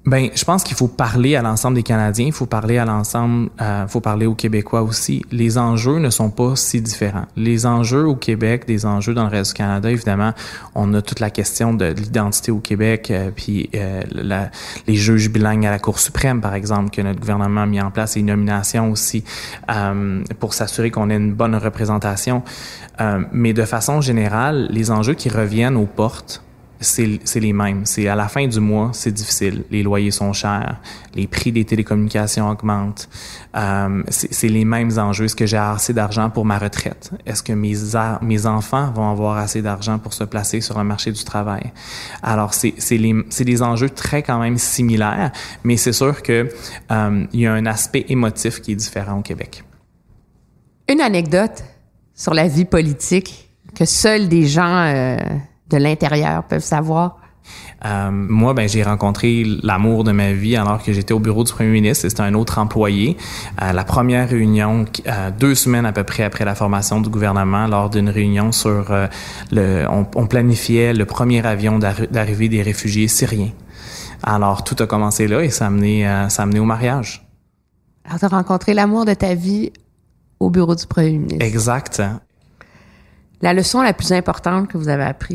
Ben, je pense qu'il faut parler à l'ensemble des Canadiens, il faut parler à l'ensemble, il euh, faut parler aux Québécois aussi. Les enjeux ne sont pas si différents. Les enjeux au Québec, des enjeux dans le reste du Canada, évidemment, on a toute la question de l'identité au Québec, euh, puis euh, la, les juges bilingues à la Cour suprême, par exemple, que notre gouvernement a mis en place, et une nomination aussi euh, pour s'assurer qu'on ait une bonne représentation. Euh, mais de façon générale, les enjeux qui reviennent aux portes, C'est, c'est les mêmes. C'est à la fin du mois, c'est difficile. Les loyers sont chers, les prix des télécommunications augmentent. Euh, c'est, c'est les mêmes enjeux. Est-ce que j'ai assez d'argent pour ma retraite? Est-ce que mes, a- mes enfants vont avoir assez d'argent pour se placer sur le marché du travail? Alors, c'est, c'est, les, c'est des enjeux très quand même similaires, mais c'est sûr que euh, il y a un aspect émotif qui est différent au Québec. Une anecdote sur la vie politique que seuls des gens... Euh de l'intérieur peuvent savoir? Euh, moi, ben, j'ai rencontré l'amour de ma vie alors que j'étais au bureau du premier ministre et c'était un autre employé. À la première réunion, euh, deux semaines à peu près après la formation du gouvernement, lors d'une réunion sur euh, le, on, on planifiait le premier avion d'arri- d'arrivée des réfugiés syriens. Alors, tout a commencé là et ça a amené, euh, ça a amené au mariage. Alors, tu as rencontré l'amour de ta vie au bureau du premier ministre. Exact. La leçon la plus importante que vous avez apprise?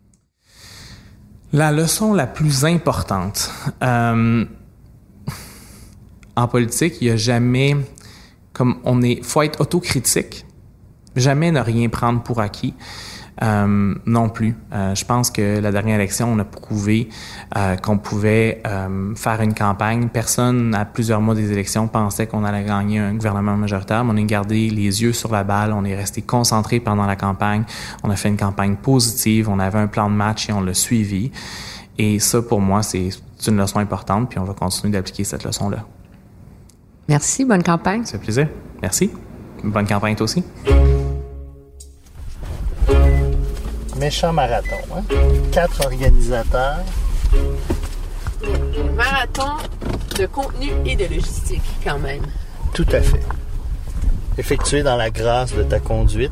La leçon la plus importante. Euh, en politique, il n'y a jamais, comme on est, faut être autocritique, jamais ne rien prendre pour acquis. Euh, non plus. Euh, je pense que la dernière élection, on a prouvé euh, qu'on pouvait euh, faire une campagne. Personne, à plusieurs mois des élections, pensait qu'on allait gagner un gouvernement majoritaire. Mais on a gardé les yeux sur la balle. On est resté concentré pendant la campagne. On a fait une campagne positive. On avait un plan de match et on l'a suivi. Et ça, pour moi, c'est une leçon importante. Puis on va continuer d'appliquer cette leçon-là. Merci. Bonne campagne. Ça fait plaisir. Merci. Bonne campagne toi aussi. Méchant marathon, hein? Quatre organisateurs. Marathon de contenu et de logistique, quand même. Tout à fait. Effectué dans la grâce de ta conduite.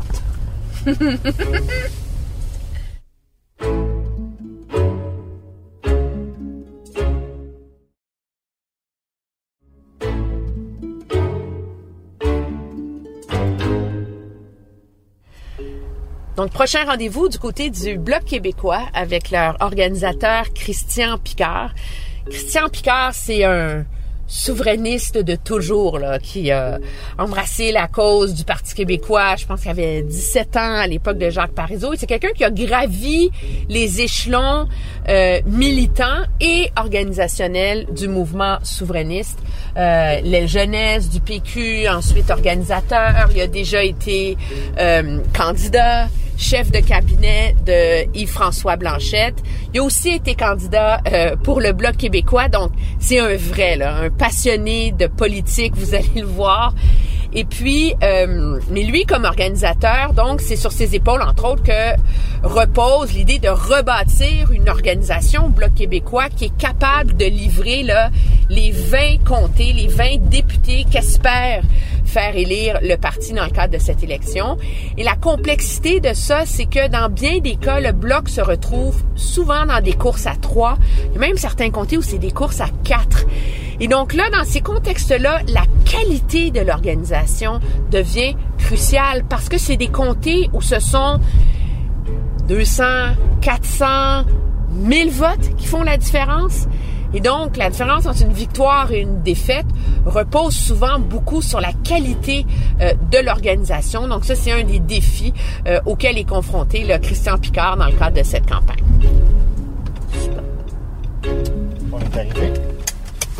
Donc, prochain rendez-vous du côté du Bloc québécois avec leur organisateur Christian Picard. Christian Picard, c'est un souverainiste de toujours, là, qui a embrassé la cause du Parti québécois. Je pense qu'il avait dix-sept ans à l'époque de Jacques Parizeau. Et c'est quelqu'un qui a gravi les échelons euh, militants et organisationnels du mouvement souverainiste. Euh, l'aile jeunesse du P Q, ensuite organisateur. Il a déjà été euh, candidat, chef de cabinet de Yves-François Blanchette. Il a aussi été candidat euh, pour le Bloc québécois, donc c'est un vrai, là, un passionné de politique, vous allez le voir. Et puis, euh, mais lui, comme organisateur, donc, c'est sur ses épaules, entre autres, que repose l'idée de rebâtir une organisation, Bloc québécois, qui est capable de livrer là, les vingt comtés, les vingt députés qu'espère faire élire le parti dans le cadre de cette élection. Et la complexité de ça, c'est que dans bien des cas, le Bloc se retrouve souvent dans des courses à trois. Il y a même certains comtés où c'est des courses à quatre. Et donc là, dans ces contextes-là, la qualité de l'organisation devient cruciale parce que c'est des comtés où ce sont deux cents, quatre cents, mille votes qui font la différence. Et donc, la différence entre une victoire et une défaite repose souvent beaucoup sur la qualité euh, de l'organisation. Donc ça, c'est un des défis euh, auxquels est confronté là, Christian Picard dans le cadre de cette campagne. Super. On est arrivé. Oui.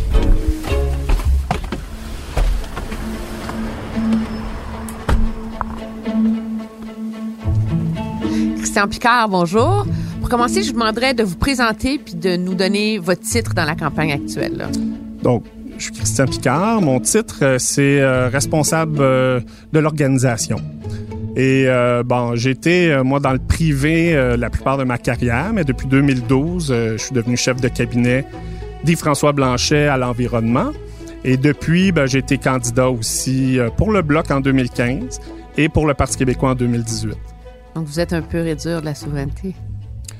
Christian Picard, bonjour. Pour commencer, je vous demanderais de vous présenter puis de nous donner votre titre dans la campagne actuelle. Là. Donc, je suis Christian Picard. Mon titre, c'est euh, responsable euh, de l'organisation. Et euh, bon, j'ai été, euh, moi, dans le privé euh, la plupart de ma carrière, mais depuis deux mille douze, euh, je suis devenu chef de cabinet d'Yves-François Blanchet à l'environnement. Et depuis, ben, j'ai été candidat aussi euh, pour le Bloc en deux mille quinze et pour le Parti québécois en deux mille dix-huit. Donc, vous êtes un pur et dur de la souveraineté.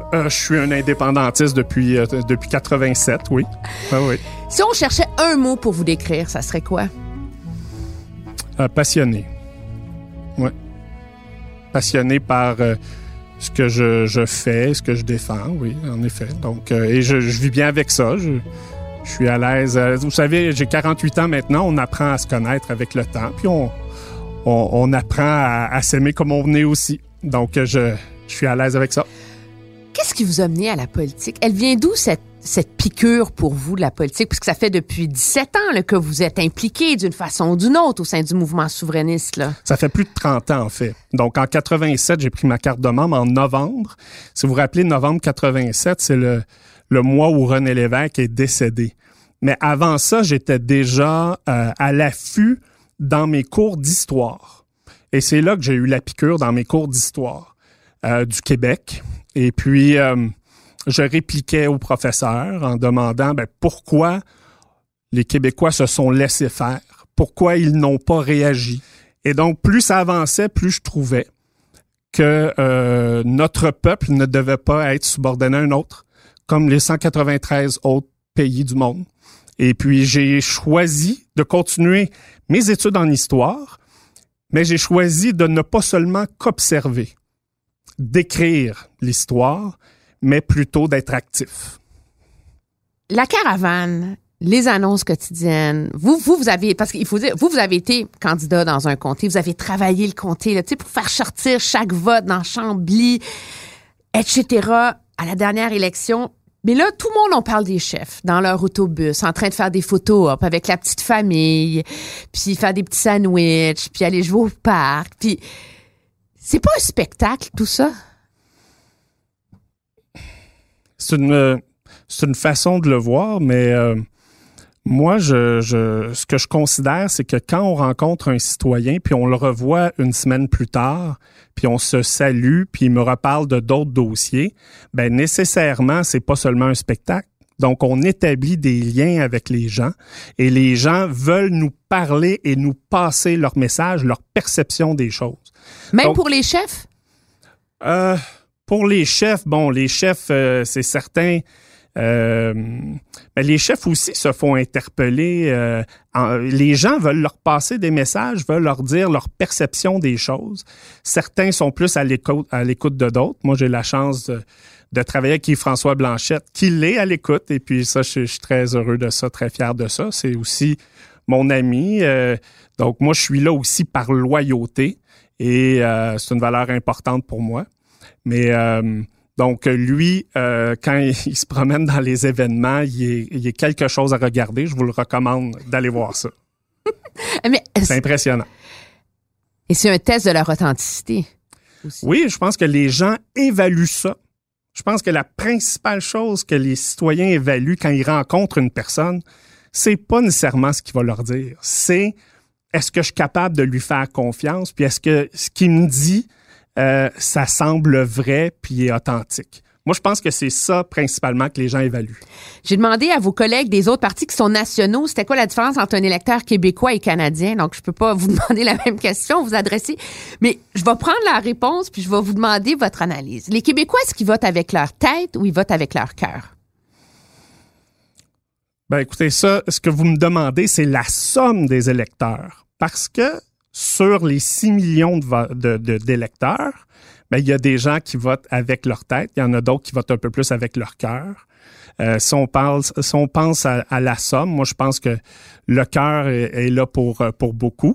Euh, je suis un indépendantiste depuis, euh, depuis quatre-vingt-sept, oui. Ah, oui. Si on cherchait un mot pour vous décrire, ça serait quoi? Euh, passionné. Oui. Passionné par euh, ce que je, je fais, ce que je défends, oui, en effet. Donc, euh, et je, je vis bien avec ça. Je, je suis à l'aise. Euh, vous savez, j'ai quarante-huit ans maintenant. On apprend à se connaître avec le temps. Puis on, on, on apprend à, à s'aimer comme on est aussi. Donc, je, je suis à l'aise avec ça. Qu'est-ce qui vous a mené à la politique? Elle vient d'où cette, cette piqûre pour vous de la politique? Puisque ça fait depuis dix-sept ans là, que vous êtes impliqué d'une façon ou d'une autre au sein du mouvement souverainiste. Là. Ça fait plus de trente ans, en fait. Donc, en quatre-vingt-sept, j'ai pris ma carte de membre en novembre. Si vous vous rappelez, novembre quatre-vingt-sept, c'est le, le mois où René Lévesque est décédé. Mais avant ça, j'étais déjà euh, à l'affût dans mes cours d'histoire. Et c'est là que j'ai eu la piqûre dans mes cours d'histoire euh, du Québec. Et puis, euh, je répliquais au professeur en demandant ben, pourquoi les Québécois se sont laissés faire, pourquoi ils n'ont pas réagi. Et donc, plus ça avançait, plus je trouvais que euh, notre peuple ne devait pas être subordonné à un autre, comme les cent quatre-vingt-treize autres pays du monde. Et puis, j'ai choisi de continuer mes études en histoire, mais j'ai choisi de ne pas seulement qu'observer, d'écrire l'histoire, mais plutôt d'être actif. La caravane, les annonces quotidiennes, vous, vous, vous avez, parce qu'il faut dire, vous, vous avez été candidat dans un comté, vous avez travaillé le comté, là, tu sais, pour faire sortir chaque vote dans Chambly, et cetera, à la dernière élection. Mais là, tout le monde, on parle des chefs dans leur autobus, en train de faire des photos op, avec la petite famille, puis faire des petits sandwichs, puis aller jouer au parc, puis c'est pas un spectacle, tout ça? C'est une, c'est une façon de le voir, mais euh, moi, je, je, ce que je considère, c'est que quand on rencontre un citoyen, puis on le revoit une semaine plus tard, puis on se salue, puis il me reparle de d'autres dossiers, ben nécessairement, c'est pas seulement un spectacle. Donc, on établit des liens avec les gens et les gens veulent nous parler et nous passer leur message, leur perception des choses. Même Donc, pour les chefs? Euh, pour les chefs, bon, les chefs, euh, c'est certain... Euh, mais les chefs aussi se font interpeller. Euh, en, les gens veulent leur passer des messages, veulent leur dire leur perception des choses. Certains sont plus à l'écoute, à l'écoute de d'autres. Moi, j'ai la chance de, de travailler avec Yves-François Blanchette, qui l'est à l'écoute. Et puis ça, je, je suis très heureux de ça, très fier de ça. C'est aussi mon ami. Euh, donc, moi, je suis là aussi par loyauté. Et euh, c'est une valeur importante pour moi. Mais... Euh, Donc, lui, euh, quand il, il se promène dans les événements, il est, il est quelque chose à regarder. Je vous le recommande d'aller voir ça. Mais, c'est impressionnant. Et c'est un test de leur authenticité aussi. Oui, je pense que les gens évaluent ça. Je pense que la principale chose que les citoyens évaluent quand ils rencontrent une personne, c'est pas nécessairement ce qu'il va leur dire. C'est est-ce que je suis capable de lui faire confiance, puis est-ce que ce qu'il me dit... Euh, ça semble vrai puis authentique. Moi, je pense que c'est ça principalement que les gens évaluent. J'ai demandé à vos collègues des autres partis qui sont nationaux, c'était quoi la différence entre un électeur québécois et canadien. Donc, je peux pas vous demander la même question, vous adresser. Mais je vais prendre la réponse puis je vais vous demander votre analyse. Les Québécois, est-ce qu'ils votent avec leur tête ou ils votent avec leur cœur? Ben, écoutez, ça, ce que vous me demandez, c'est la somme des électeurs. Parce que sur les six millions de, de, de, d'électeurs, ben, il y a des gens qui votent avec leur tête. Il y en a d'autres qui votent un peu plus avec leur cœur. Euh, si on pense, si on pense à, à la somme, moi, je pense que le cœur est, est là pour, pour beaucoup.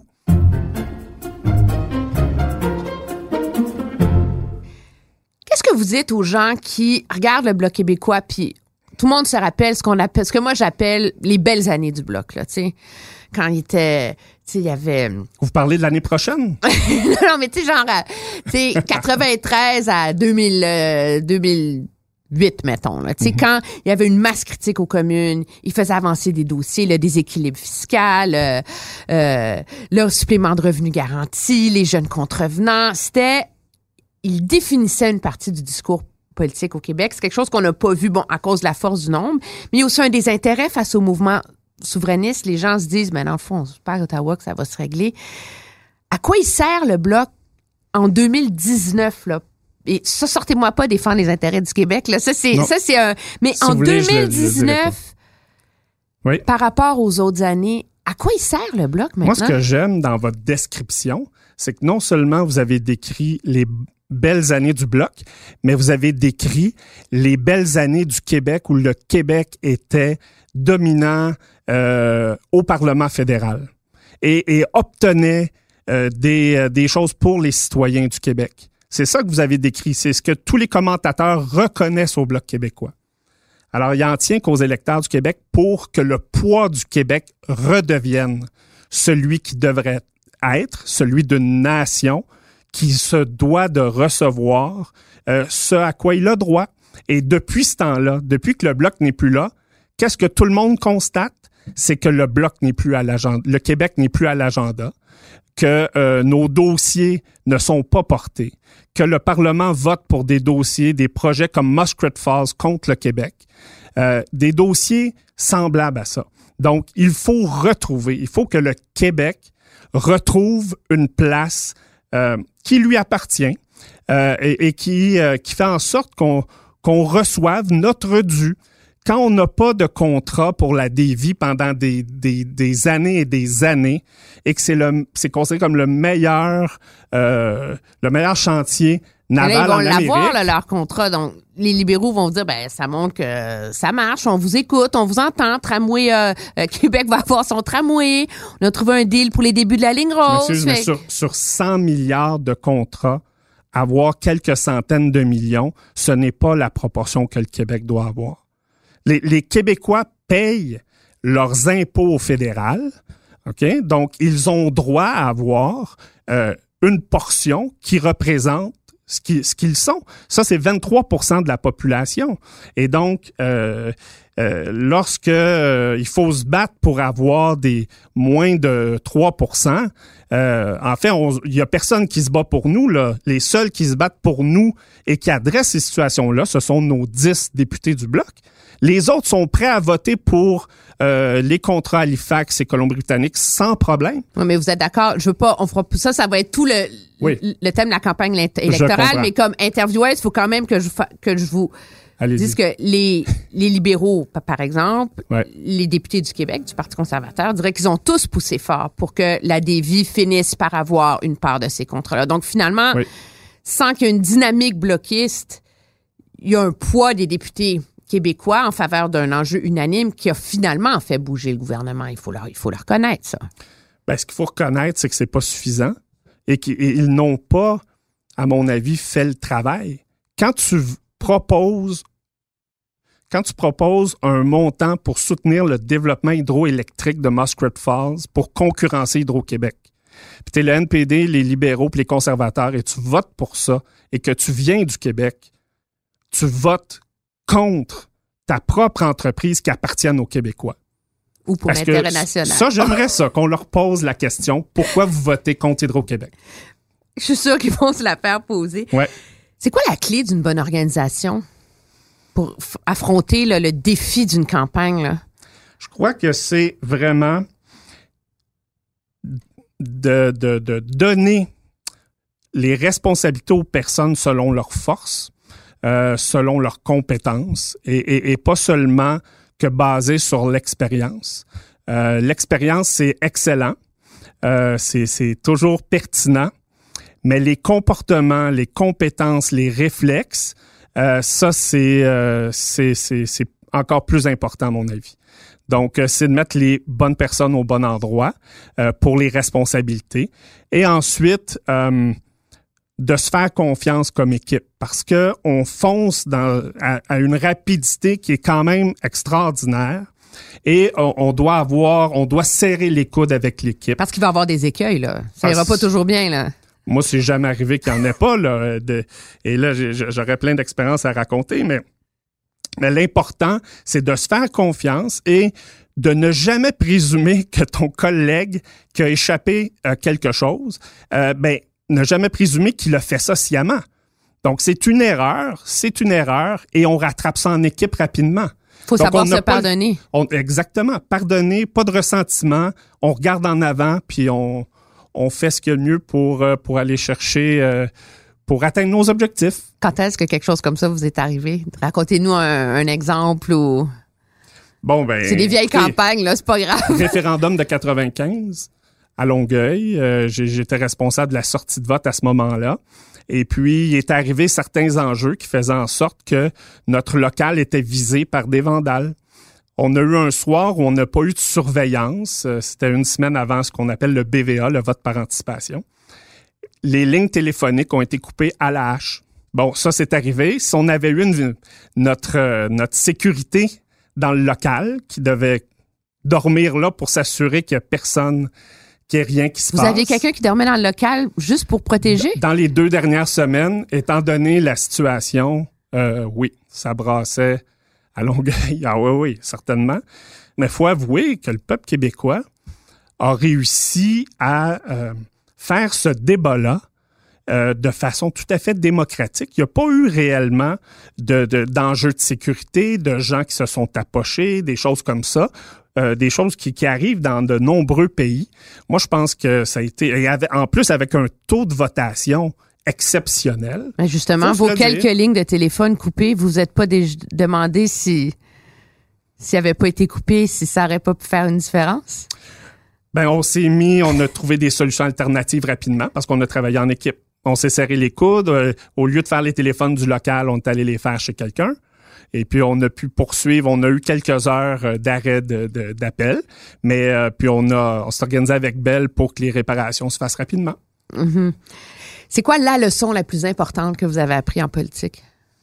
Qu'est-ce que vous dites aux gens qui regardent le Bloc québécois puis tout le monde se rappelle ce qu'on appelle, ce que moi j'appelle les belles années du Bloc, là, tu sais, quand il était, tu sais, il y avait... Vous parlez de l'année prochaine? non, mais tu sais, genre, tu sais, quatre-vingt-treize à deux mille, euh, deux mille huit, mettons, là, tu sais, mm-hmm. quand il y avait une masse critique aux communes, il faisait avancer des dossiers, le déséquilibre fiscal, euh, euh, le supplément de revenus garanti, les jeunes contrevenants, c'était... Il définissait une partie du discours politique au Québec. C'est quelque chose qu'on n'a pas vu, bon, à cause de la force du nombre, mais il y a aussi un désintérêt face au mouvement souverainiste. Les gens se disent, mais dans le fond, c'est pas à Ottawa que ça va se régler. À quoi il sert le Bloc en deux mille dix-neuf, là, et ça, sortez-moi pas défendre les intérêts du Québec. Là. Ça, c'est, non. ça, c'est un. Mais si en voulez, deux mille dix-neuf, oui. par rapport aux autres années, à quoi il sert le Bloc maintenant? Moi, ce que j'aime dans votre description, c'est que non seulement vous avez décrit les belles années du Bloc, mais vous avez décrit les belles années du Québec où le Québec était dominant euh, au Parlement fédéral et, et obtenait euh, des, euh, des choses pour les citoyens du Québec. C'est ça que vous avez décrit. C'est ce que tous les commentateurs reconnaissent au Bloc québécois. Alors, il en tient qu'aux électeurs du Québec pour que le poids du Québec redevienne celui qui devrait être, celui d'une nation qui se doit de recevoir euh, ce à quoi il a droit. Et depuis ce temps-là, depuis que le Bloc n'est plus là, qu'est-ce que tout le monde constate? C'est que le Bloc n'est plus à l'agenda, le Québec n'est plus à l'agenda, que euh, nos dossiers ne sont pas portés, que le Parlement vote pour des dossiers, des projets comme Muskrat Falls contre le Québec, euh, des dossiers semblables à ça. Donc, il faut retrouver, il faut que le Québec retrouve une place euh, qui lui appartient euh, et, et qui, euh, qui fait en sorte qu'on, qu'on reçoive notre dû. Quand on n'a pas de contrat pour la dévie pendant des, des, des années et des années et que c'est, le, c'est considéré comme le meilleur, euh, le meilleur chantier naval là, ils vont en Amérique. l'avoir, là, leur contrat. Donc, les libéraux vont dire, ben, ça montre que ça marche, on vous écoute, on vous entend. Tramway, euh, euh, Québec va avoir son tramway. On a trouvé un deal pour les débuts de la ligne rose. Monsieur, mais sur, sur cent milliards de contrats, avoir quelques centaines de millions, ce n'est pas la proportion que le Québec doit avoir. Les, les Québécois payent leurs impôts au fédéral, OK? Donc, ils ont droit à avoir euh, une portion qui représente ce, qui, ce qu'ils sont. Ça, c'est vingt-trois pour cent de la population. Et donc, euh, euh, lorsque euh, il faut se battre pour avoir des moins de trois pour cent, euh, en fait, il y a personne qui se bat pour nous, là. Les seuls qui se battent pour nous et qui adressent ces situations-là, ce sont nos dix députés du Bloc. Les autres sont prêts à voter pour euh, les contrats Halifax et Colombie-Britannique sans problème. Oui, mais vous êtes d'accord? Je veux pas, on fera ça, ça va être tout le, oui. le, le thème de la campagne électorale, mais comme intervieweuse, il faut quand même que je, que je vous Allez-y. dise que les, les libéraux, par exemple, ouais. les députés du Québec, du Parti conservateur, diraient qu'ils ont tous poussé fort pour que la dévie finisse par avoir une part de ces contrats-là. Donc, finalement, oui. sans qu'il y ait une dynamique bloquiste, il y a un poids des députés québécois en faveur d'un enjeu unanime qui a finalement fait bouger le gouvernement. Il faut le, il faut le reconnaître, ça. Ben, ce qu'il faut reconnaître, c'est que c'est pas suffisant et qu'ils n'ont pas, à mon avis, fait le travail. Quand tu proposes, quand tu proposes un montant pour soutenir le développement hydroélectrique de Muskrat Falls pour concurrencer Hydro-Québec, puis t'es le N P D, les libéraux puis les conservateurs et tu votes pour ça et que tu viens du Québec, tu votes contre ta propre entreprise qui appartient aux Québécois. Ou pour Parce l'intérêt que national. Ça, j'aimerais ça, qu'on leur pose la question, pourquoi vous votez contre Hydro-Québec? Je suis sûre qu'ils vont se la faire poser. Ouais. C'est quoi la clé d'une bonne organisation pour f- affronter là, le défi d'une campagne? Là? Je crois que c'est vraiment de, de, de donner les responsabilités aux personnes selon leurs forces, Euh, selon leurs compétences et, et, et pas seulement que basé sur l'expérience. Euh, l'expérience, c'est excellent, euh, c'est, c'est toujours pertinent, mais les comportements, les compétences, les réflexes, euh, ça, c'est, euh, c'est, c'est, c'est encore plus important à mon avis. Donc, euh, c'est de mettre les bonnes personnes au bon endroit euh, pour les responsabilités. Et ensuite, euh, de se faire confiance comme équipe parce que on fonce dans, à, à une rapidité qui est quand même extraordinaire et on, on doit avoir, on doit serrer les coudes avec l'équipe. Parce qu'il va y avoir des écueils, là. Ça ira pas toujours bien, là. Moi, c'est jamais arrivé qu'il n'y en ait pas, là. De, et là, j'ai, j'aurais plein d'expériences à raconter, mais, mais l'important, c'est de se faire confiance et de ne jamais présumer que ton collègue qui a échappé à quelque chose, euh, ben, ne jamais présumer qu'il a fait ça sciemment. Donc, c'est une erreur, c'est une erreur, et on rattrape ça en équipe rapidement. Il faut Donc, savoir on se pas, pardonner. On, exactement. Pardonner, pas de ressentiment. On regarde en avant, puis on, on fait ce qu'il y a de mieux pour, pour aller chercher, euh, pour atteindre nos objectifs. Quand est-ce que quelque chose comme ça vous est arrivé? Racontez-nous un, un exemple ou... Bon, ben. C'est des vieilles campagnes, là, c'est pas grave. Référendum de quatre-vingt-quinze à Longueuil. Euh, j'étais responsable de la sortie de vote à ce moment-là. Et puis, il est arrivé certains enjeux qui faisaient en sorte que notre local était visé par des vandales. On a eu un soir où on n'a pas eu de surveillance. C'était une semaine avant ce qu'on appelle le B V A, le vote par anticipation. Les lignes téléphoniques ont été coupées à la hache. Bon, ça, c'est arrivé. Si on avait eu une, notre, euh, notre sécurité dans le local qui devait dormir là pour s'assurer qu'il n'y a personne, qu'il n'y ait rien qui se Vous passe. Vous aviez quelqu'un qui dormait dans le local juste pour protéger? Dans les deux dernières semaines, étant donné la situation, euh, oui, ça brassait à Longueuil. Ah oui, oui, certainement. Mais il faut avouer que le peuple québécois a réussi à euh, faire ce débat-là euh, de façon tout à fait démocratique. Il n'y a pas eu réellement de, de, d'enjeux de sécurité, de gens qui se sont approchés, des choses comme ça. Euh, des choses qui, qui arrivent dans de nombreux pays. Moi, je pense que ça a été... Et avec, en plus, avec un taux de votation exceptionnel. Mais justement, vos quelques dire. lignes de téléphone coupées, vous vous êtes pas dé- demandé si s'il n'avait pas été coupé, si ça n'aurait pas pu faire une différence? Ben, on s'est mis, on a trouvé des solutions alternatives rapidement parce qu'on a travaillé en équipe. On s'est serré les coudes. Euh, au lieu de faire les téléphones du local, on est allé les faire chez quelqu'un. Et puis, on a pu poursuivre. On a eu quelques heures d'arrêt de, de, d'appel. Mais euh, puis, on a on s'est organisé avec Bell pour que les réparations se fassent rapidement. Mm-hmm. C'est quoi la leçon la plus importante que vous avez appris en politique?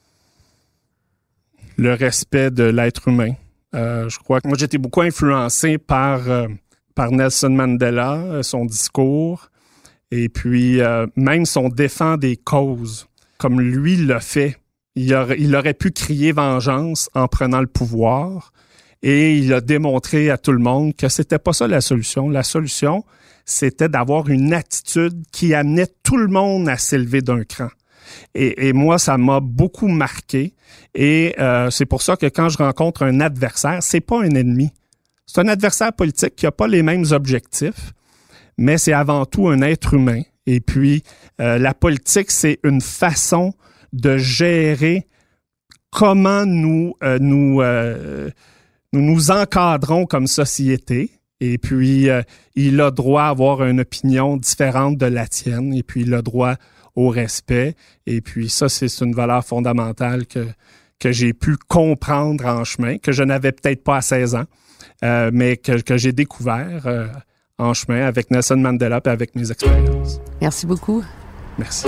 Le respect de l'être humain. Euh, je crois que moi, j'ai été beaucoup influencé par, euh, par Nelson Mandela, son discours. Et puis, euh, même son défend des causes, comme lui l'a fait. Il aurait, il aurait pu crier vengeance en prenant le pouvoir et il a démontré à tout le monde que c'était pas ça la solution. La solution, c'était d'avoir une attitude qui amenait tout le monde à s'élever d'un cran. Et, et moi, ça m'a beaucoup marqué et euh, c'est pour ça que quand je rencontre un adversaire, c'est pas un ennemi. C'est un adversaire politique qui a pas les mêmes objectifs, mais c'est avant tout un être humain. Et puis, euh, la politique, c'est une façon de gérer comment nous euh, nous, euh, nous nous encadrons comme société. Et puis, euh, il a droit à avoir une opinion différente de la tienne. Et puis, il a droit au respect. Et puis, ça, c'est une valeur fondamentale que, que j'ai pu comprendre en chemin, que je n'avais peut-être pas à seize ans, euh, mais que, que j'ai découvert euh, en chemin avec Nelson Mandela et avec mes expériences. Merci beaucoup. Merci.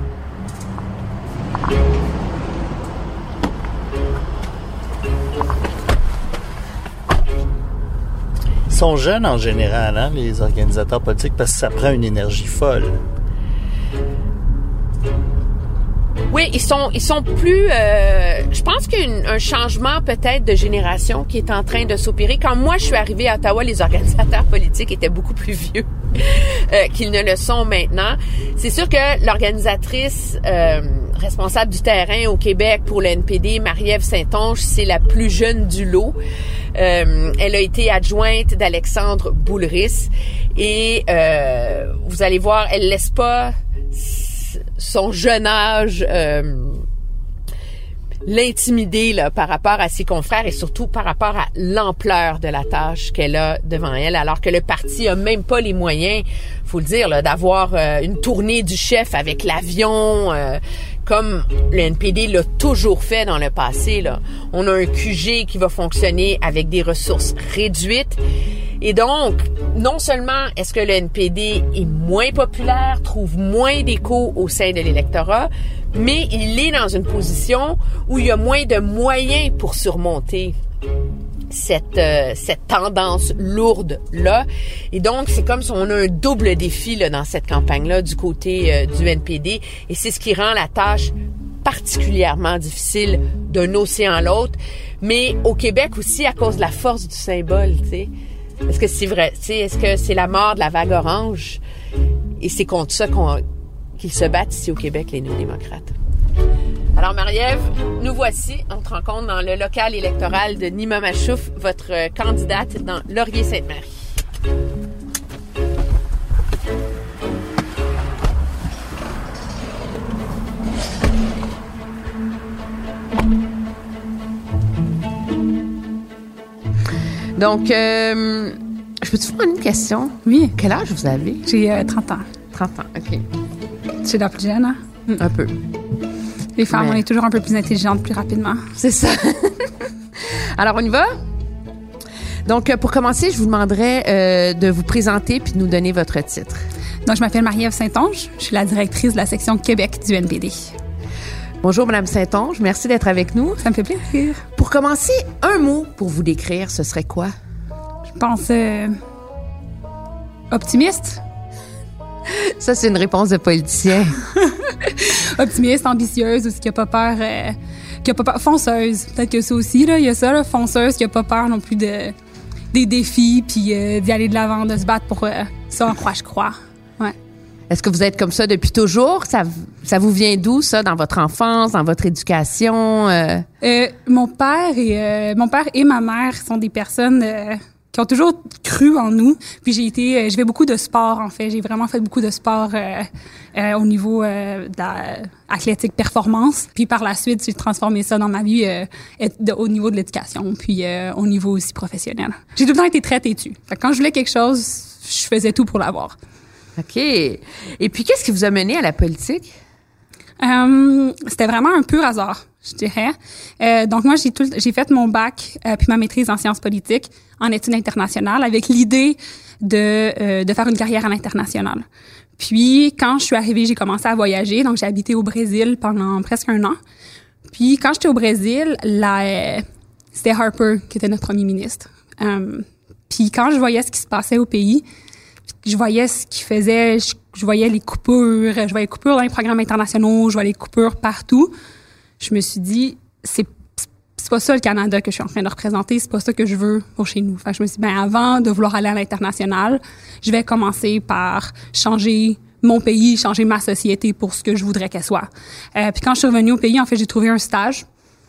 Ils sont jeunes en général, hein, les organisateurs politiques, parce que ça prend une énergie folle. Oui, ils sont ils sont plus... Euh, je pense qu'il y a un changement peut-être de génération qui est en train de s'opérer. Quand moi, je suis arrivée à Ottawa, les organisateurs politiques étaient beaucoup plus vieux euh, qu'ils ne le sont maintenant. C'est sûr que l'organisatrice euh, responsable du terrain au Québec pour le N P D, Marie-Ève Saint-Onge, c'est la plus jeune du lot. Euh, elle a été adjointe d'Alexandre Boulris. Et euh, vous allez voir, elle laisse pas son jeune âge euh, l'intimider là, par rapport à ses confrères et surtout par rapport à l'ampleur de la tâche qu'elle a devant elle, alors que le parti a même pas les moyens, faut le dire, là, d'avoir euh, une tournée du chef avec l'avion, euh, comme le N P D l'a toujours fait dans le passé. Là. On a un Q G qui va fonctionner avec des ressources réduites. Et donc, non seulement est-ce que le N P D est moins populaire, trouve moins d'écho au sein de l'électorat, mais il est dans une position où il y a moins de moyens pour surmonter cette euh, cette tendance lourde là. Et donc, c'est comme si on a un double défi là, dans cette campagne-là du côté euh, du N P D. Et c'est ce qui rend la tâche particulièrement difficile d'un océan à l'autre. Mais au Québec aussi, à cause de la force du symbole, tu sais. Est-ce que c'est vrai? Tu sais, est-ce que c'est la mort de la vague orange? Et c'est contre ça qu'on, qu'ils se battent ici au Québec, les néo-démocrates. Alors, Marie-Ève, nous voici. On te rencontre dans le local électoral de Nima Machouf, votre candidate dans Laurier-Sainte-Marie. Donc, euh, je peux te faire une question? Oui. Quel âge vous avez? J'ai euh, trente ans. trente ans, OK. C'est la plus jeune, hein? Un peu. Les femmes, Mais... on est toujours un peu plus intelligentes plus rapidement. C'est ça. Alors, on y va? Donc, pour commencer, je vous demanderais euh, de vous présenter puis de nous donner votre titre. Donc, je m'appelle Marie-Ève Saint-Onge. Je suis la directrice de la section Québec du N P D. Bonjour, Madame Saint-Onge. Merci d'être avec nous. Ça me fait plaisir. Pour commencer, un mot pour vous décrire, ce serait quoi? Je pense... Euh, optimiste. Ça, c'est une réponse de politicien. Optimiste, ambitieuse, aussi qui a pas peur... Euh, qui a pas peur... Fonceuse. Peut-être que ça aussi, là, il y a ça, là, fonceuse, qui a pas peur non plus de... des défis, puis euh, d'y aller de l'avant, de se battre pour euh, ça, en quoi je crois. Ouais. Est-ce que vous êtes comme ça depuis toujours? Ça, ça vous vient d'où, ça, dans votre enfance, dans votre éducation? Euh... Euh, mon père et euh, mon père et ma mère sont des personnes euh, qui ont toujours cru en nous. Puis j'ai été, euh, je fais beaucoup de sport en fait. J'ai vraiment fait beaucoup de sport euh, euh, au niveau euh, d'athlétique performance. Puis par la suite, j'ai transformé ça dans ma vie euh, de, au niveau de l'éducation, puis euh, au niveau aussi professionnel. J'ai tout le temps été très têtue. Fait que quand je voulais quelque chose, je faisais tout pour l'avoir. OK. Et puis, qu'est-ce qui vous a mené à la politique? Euh, c'était vraiment un pur hasard, je dirais. Euh, donc, moi, j'ai, tout, j'ai fait mon bac euh, puis ma maîtrise en sciences politiques en études internationales avec l'idée de, euh, de faire une carrière à l'international. Puis, quand je suis arrivée, j'ai commencé à voyager. Donc, j'ai habité au Brésil pendant presque un an. Puis, quand j'étais au Brésil, la, euh, c'était Harper qui était notre premier ministre. Euh, puis, quand je voyais ce qui se passait au pays... Je voyais ce qu'ils faisaient, je, je voyais les coupures, je voyais les coupures dans les programmes internationaux, je voyais les coupures partout. Je me suis dit, c'est, c'est pas ça le Canada que je suis en train de représenter, c'est pas ça que je veux pour chez nous. Fait que je me suis dit, ben avant de vouloir aller à l'international, je vais commencer par changer mon pays, changer ma société pour ce que je voudrais qu'elle soit. Euh, puis quand je suis revenue au pays, en fait, j'ai trouvé un stage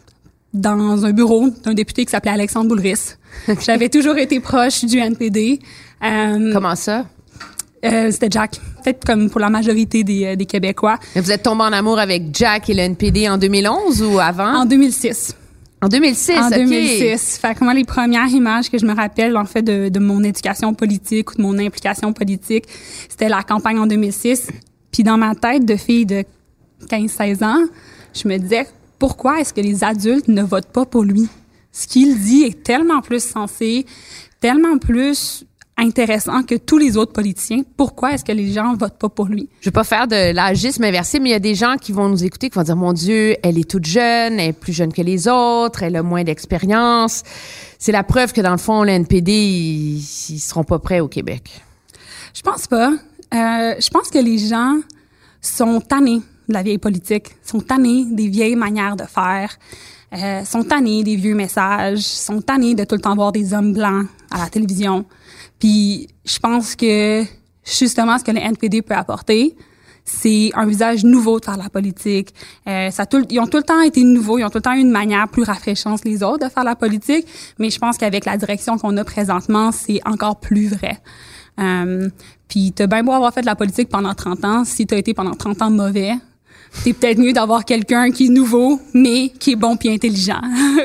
dans un bureau d'un député qui s'appelait Alexandre Boulris. J'avais toujours été proche du N P D. Euh, Comment ça? Euh, c'était Jack. Peut-être comme pour la majorité des, des Québécois. Mais vous êtes tombé en amour avec Jack et le N P D en deux mille onze ou avant? En deux mille six. En deux mille six, En OK. deux mille six. Fait que moi, les premières images que je me rappelle, en fait, de, de mon éducation politique ou de mon implication politique, c'était la campagne en deux mille six. Puis dans ma tête de fille de quinze seize ans, je me disais, pourquoi est-ce que les adultes ne votent pas pour lui? Ce qu'il dit est tellement plus sensé, tellement plus intéressant que tous les autres politiciens. Pourquoi est-ce que les gens votent pas pour lui? Je vais pas faire de l'agisme inversé, mais il y a des gens qui vont nous écouter, qui vont dire, mon Dieu, elle est toute jeune, elle est plus jeune que les autres, elle a moins d'expérience. C'est la preuve que, dans le fond, le N P D, ils, ils seront pas prêts au Québec. Je pense pas. Euh, je pense que les gens sont tannés de la vieille politique, sont tannés des vieilles manières de faire, euh, sont tannés des vieux messages, sont tannés de tout le temps voir des hommes blancs à la télévision. Puis je pense que justement ce que le N P D peut apporter, c'est un visage nouveau de faire la politique. Euh, ça tout, ils ont tout le temps été nouveaux, ils ont tout le temps eu une manière plus rafraîchissante les autres de faire la politique, mais je pense qu'avec la direction qu'on a présentement, c'est encore plus vrai. Euh, puis t'as bien beau avoir fait de la politique pendant trente ans, si t'as été pendant trente ans mauvais, c'est peut-être mieux d'avoir quelqu'un qui est nouveau, mais qui est bon puis intelligent.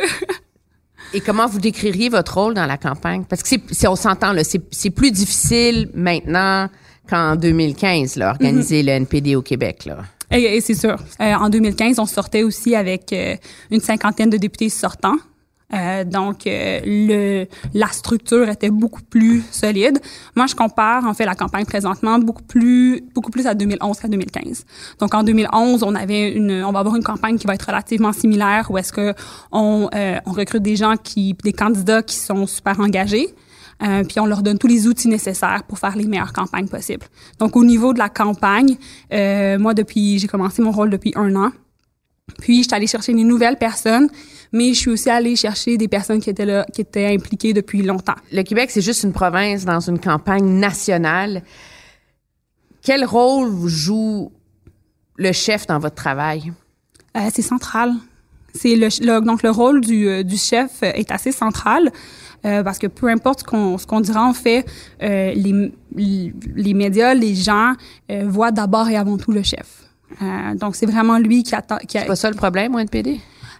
Et comment vous décririez votre rôle dans la campagne? Parce que c'est, c'est on s'entend, là, c'est, c'est plus difficile maintenant qu'en deux mille quinze, là, organiser mm-hmm. le N P D au Québec, là. Et, et c'est sûr. Euh, en deux mille quinze, on sortait aussi avec euh, une cinquantaine de députés sortants. Euh, donc, euh, le, la structure était beaucoup plus solide. Moi, je compare, en fait, la campagne présentement beaucoup plus, beaucoup plus à deux mille onze qu'à deux mille quinze. Donc, en deux mille onze, on avait une, on va avoir une campagne qui va être relativement similaire où est-ce que on, euh, on recrute des gens qui, des candidats qui sont super engagés. Euh, puis on leur donne tous les outils nécessaires pour faire les meilleures campagnes possibles. Donc, au niveau de la campagne, euh, moi, depuis, j'ai commencé mon rôle depuis un an. Puis, je suis allée chercher des nouvelles personnes, mais je suis aussi allée chercher des personnes qui étaient là, qui étaient impliquées depuis longtemps. Le Québec, c'est juste une province dans une campagne nationale. Quel rôle joue le chef dans votre travail? Euh, c'est central. C'est le, le, donc, le rôle du, du chef est assez central. Euh, parce que peu importe ce qu'on, ce qu'on dira, en fait, euh, les, les médias, les gens euh, voient d'abord et avant tout le chef. Euh, donc, c'est vraiment lui qui attend. Qui a... C'est pas ça le problème au N P D?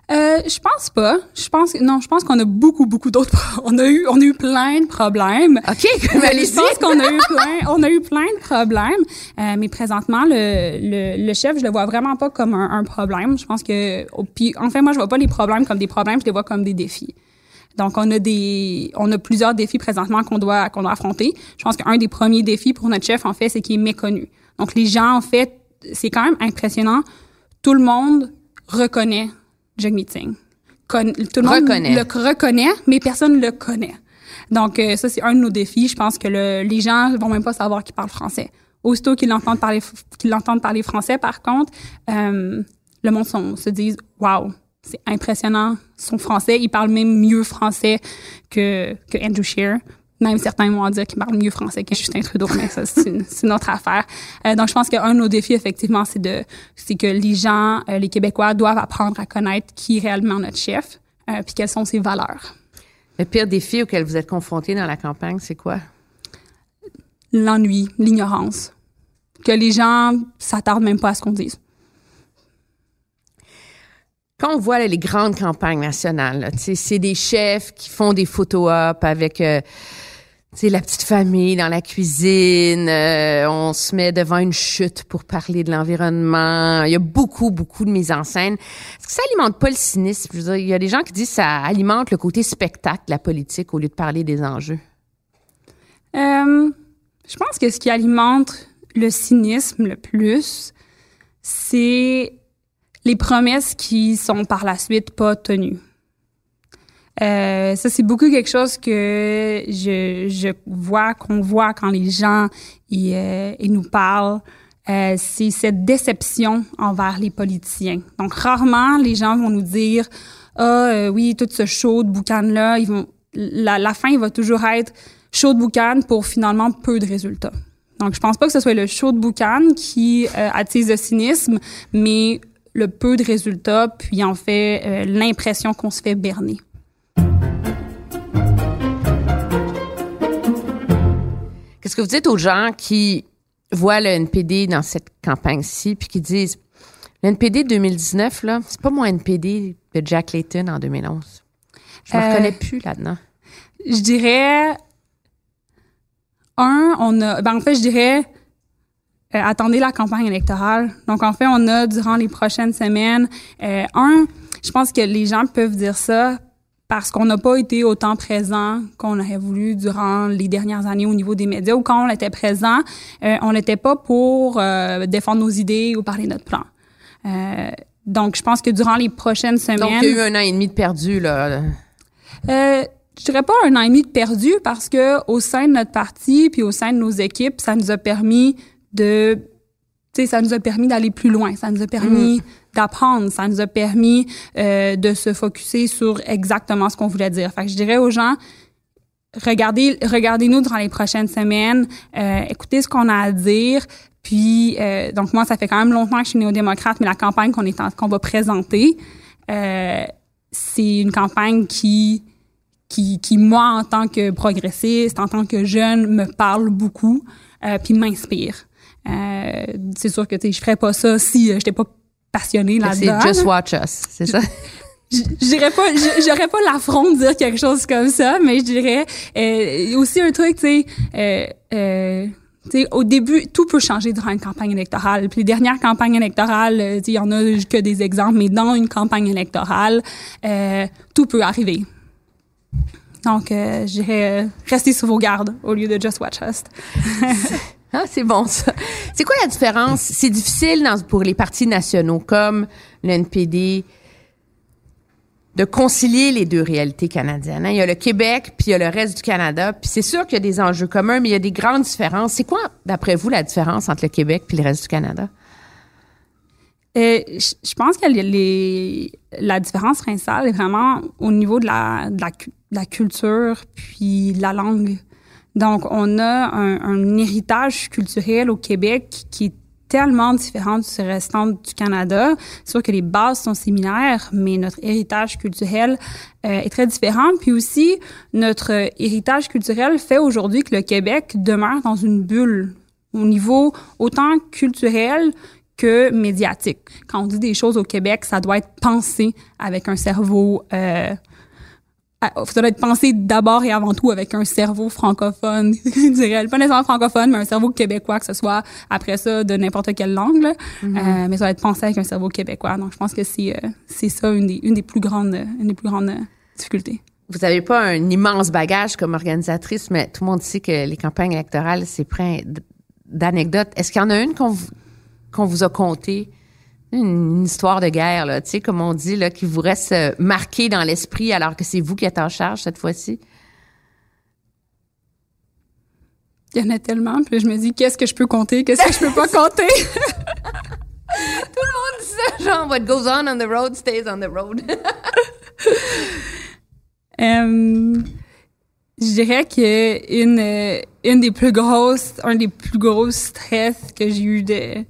Euh, je pense pas. Je pense non, je pense qu'on a beaucoup beaucoup d'autres. On a eu on a eu plein de problèmes. Ok, mais je pense qu'on a eu plein on a eu plein de problèmes. Euh, mais présentement le, le le chef, je le vois vraiment pas comme un, un problème. Je pense que puis en fait moi je vois pas les problèmes comme des problèmes, je les vois comme des défis. Donc on a des on a plusieurs défis présentement qu'on doit qu'on doit affronter. Je pense qu'un des premiers défis pour notre chef en fait, c'est qu'il est méconnu. Donc les gens en fait, c'est quand même impressionnant. Tout le monde reconnaît Jagmeet Singh. Con, tout le monde reconnaît. le reconnaît, mais personne le connaît. Donc, euh, ça, c'est un de nos défis. Je pense que le, les gens vont même pas savoir qu'il parle français. Aussitôt qu'ils l'entendent parler, qu'ils l'entendent parler français, par contre, euh, le monde son, se dit « Wow, c'est impressionnant, son français. Il parle même mieux français que, que Andrew Scheer. » Même certains vont dire qu'il parle mieux français que Justin Trudeau, mais ça, c'est une, c'est une autre affaire. Euh, donc, je pense qu'un de nos défis, effectivement, c'est de, c'est que les gens, euh, les Québécois doivent apprendre à connaître qui est réellement notre chef, euh, puis quelles sont ses valeurs. Le pire défi auquel vous êtes confrontés dans la campagne, c'est quoi? L'ennui, l'ignorance. Que les gens s'attardent même pas à ce qu'on dise. Quand on voit là, les grandes campagnes nationales, là, c'est des chefs qui font des photo-op avec euh, la petite famille dans la cuisine. Euh, on se met devant une chute pour parler de l'environnement. Il y a beaucoup, beaucoup de mise en scène. Est-ce que ça alimente pas le cynisme? Je veux dire, il y a des gens qui disent que ça alimente le côté spectacle de la politique au lieu de parler des enjeux. Euh, je pense que ce qui alimente le cynisme le plus, c'est les promesses qui sont par la suite pas tenues. Euh, ça, c'est beaucoup quelque chose que je, je vois, qu'on voit quand les gens ils, euh, ils nous parlent. Euh, c'est cette déception envers les politiciens. Donc, rarement, les gens vont nous dire « Ah, euh, oui, tout ce show de boucan-là, ils vont, la, la fin, il va toujours être show de boucan pour finalement peu de résultats. » Donc, je pense pas que ce soit le show de boucan qui euh, attise le cynisme, mais le peu de résultats, puis en fait, euh, l'impression qu'on se fait berner. Qu'est-ce que vous dites aux gens qui voient le N P D dans cette campagne-ci, puis qui disent le N P D de deux mille dix-neuf, là, c'est pas mon N P D de Jack Layton en deux mille onze. Je me euh, reconnais plus là-dedans. Je dirais, un, on a, ben en fait, je dirais, euh, attendez la campagne électorale. Donc, en fait, on a, durant les prochaines semaines, euh, un, je pense que les gens peuvent dire ça parce qu'on n'a pas été autant présent qu'on aurait voulu durant les dernières années au niveau des médias, ou quand on était présent, euh, on n'était pas pour euh, défendre nos idées ou parler de notre plan. Euh, donc, je pense que durant les prochaines semaines... Donc, il y a eu un an et demi de perdu, là. Euh, je dirais pas un an et demi de perdu parce que au sein de notre parti puis au sein de nos équipes, ça nous a permis de... Tu sais, ça nous a permis d'aller plus loin. Ça nous a permis... Mmh. d'apprendre, ça nous a permis euh, de se focusser sur exactement ce qu'on voulait dire. Fait que je dirais aux gens, regardez, regardez-nous durant les prochaines semaines, euh, écoutez ce qu'on a à dire. Puis, euh, donc moi, ça fait quand même longtemps que je suis néo-démocrate, mais la campagne qu'on est en, qu'on va présenter, euh, c'est une campagne qui, qui, qui moi, en tant que progressiste, en tant que jeune, me parle beaucoup, euh, puis m'inspire. Euh, c'est sûr que tu sais, je ferais pas ça si euh, j'étais pas passionnée là-dedans. C'est Just Watch Us, c'est ça? Je dirais pas, j'aurais pas l'affront de dire quelque chose comme ça, mais je dirais euh, aussi un truc, tu sais, euh, euh, tu sais, au début, tout peut changer durant une campagne électorale. Puis les dernières campagnes électorales, tu sais, il y en a que des exemples, mais dans une campagne électorale, euh, tout peut arriver. Donc, euh, je dirais, restez sur vos gardes au lieu de Just Watch Us. Ah, c'est bon, ça. C'est quoi la différence? C'est difficile dans, pour les partis nationaux comme le N P D de concilier les deux réalités canadiennes. Hein? Il y a le Québec, puis il y a le reste du Canada. Puis c'est sûr qu'il y a des enjeux communs, mais il y a des grandes différences. C'est quoi, d'après vous, la différence entre le Québec puis le reste du Canada? Euh, je, je pense que les, les, la différence principale est vraiment au niveau de la, de la, de la culture puis de la langue. Donc, on a un, un héritage culturel au Québec qui est tellement différent du restant du Canada. C'est sûr que les bases sont similaires, mais notre héritage culturel euh, est très différent. Puis aussi, notre héritage culturel fait aujourd'hui que le Québec demeure dans une bulle au niveau autant culturel que médiatique. Quand on dit des choses au Québec, ça doit être pensé avec un cerveau... Euh, ça doit être pensé d'abord et avant tout avec un cerveau francophone, je dirais. Pas nécessairement francophone, mais un cerveau québécois, que ce soit après ça de n'importe quelle langue. Là. Mm-hmm. Euh, mais ça doit être pensé avec un cerveau québécois. Donc, je pense que c'est, euh, c'est ça une des, une des plus grandes, une des plus grandes euh, difficultés. Vous n'avez pas un immense bagage comme organisatrice, mais tout le monde sait que les campagnes électorales, c'est plein d'anecdotes. Est-ce qu'il y en a une qu'on vous, qu'on vous a contée? Une histoire de guerre, là, tu sais, comme on dit, là, qui vous reste marquée dans l'esprit alors que c'est vous qui êtes en charge cette fois-ci? Il y en a tellement, puis je me dis, qu'est-ce que je peux compter, qu'est-ce que je peux pas compter? Tout le monde dit ça, genre, what goes on on the road stays on the road. um, je dirais que une, une des plus grosses, un des plus gros stress que j'ai eu de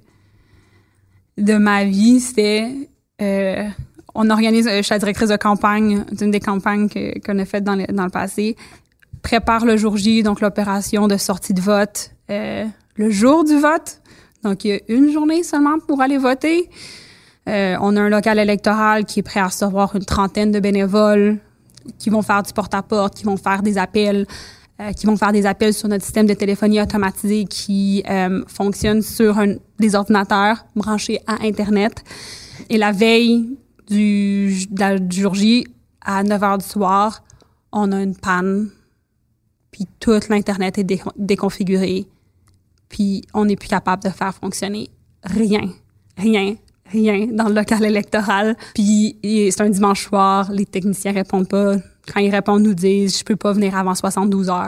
de ma vie, c'était euh, on organise, je suis la directrice de campagne d'une des campagnes que, qu'on a faites dans le, dans le passé, prépare le jour J, donc l'opération de sortie de vote, euh, le jour du vote, donc il y a une journée seulement pour aller voter. Euh, on a un local électoral qui est prêt à recevoir une trentaine de bénévoles qui vont faire du porte-à-porte, qui vont faire des appels, Euh, qui vont faire des appels sur notre système de téléphonie automatisé qui euh, fonctionne sur un, des ordinateurs branchés à Internet. Et la veille du, de, du jour J, à neuf heures du soir, on a une panne, puis tout l'Internet est dé, déconfiguré, puis on n'est plus capable de faire fonctionner rien, rien, rien dans le local électoral. Puis c'est un dimanche soir, les techniciens répondent pas. Quand ils répondent, nous disent « je peux pas venir avant soixante-douze heures ».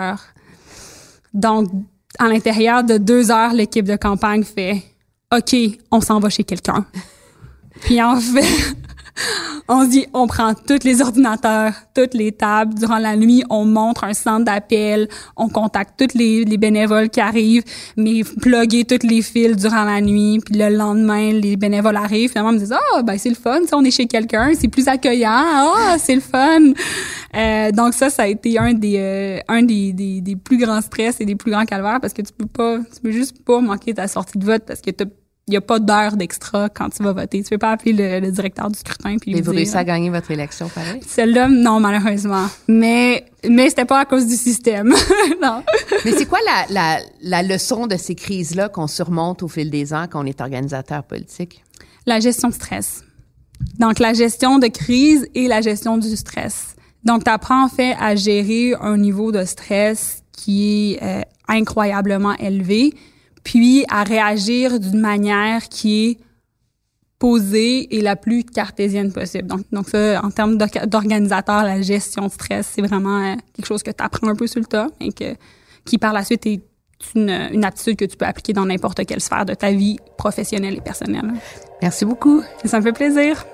Donc, à l'intérieur de deux heures, l'équipe de campagne fait « OK, on s'en va chez quelqu'un ». Puis en fait, on se dit, on prend tous les ordinateurs, toutes les tables. Durant la nuit, on montre un centre d'appel, on contacte tous les, les bénévoles qui arrivent, mais plugger tous les fils durant la nuit. Puis le lendemain, les bénévoles arrivent. Finalement, ils me disent, ah, oh, ben c'est le fun, on est chez quelqu'un, c'est plus accueillant. Ah, oh, c'est le fun. Euh, donc ça, ça a été un des euh, un des, des des plus grands stress et des plus grands calvaires parce que tu peux pas, tu peux juste pas manquer ta sortie de vote parce que t'as il n'y a pas d'heure d'extra quand tu vas voter. Tu peux pas appeler le, le directeur du scrutin puis lui dire... Mais vous réussissez à gagner votre élection, pareil? Celle-là, non, malheureusement. Mais, mais c'était pas à cause du système. Non. Mais c'est quoi la, la, la leçon de ces crises-là qu'on surmonte au fil des ans quand on est organisateur politique? La gestion de stress. Donc, la gestion de crise et la gestion du stress. Donc, tu apprends en fait à gérer un niveau de stress qui est euh, incroyablement élevé, puis à réagir d'une manière qui est posée et la plus cartésienne possible. Donc, donc ça, en termes d'organisateur, la gestion de stress, c'est vraiment quelque chose que tu apprends un peu sur le tas et que, qui, par la suite, est une, une aptitude que tu peux appliquer dans n'importe quelle sphère de ta vie professionnelle et personnelle. Merci beaucoup. Ça me fait plaisir.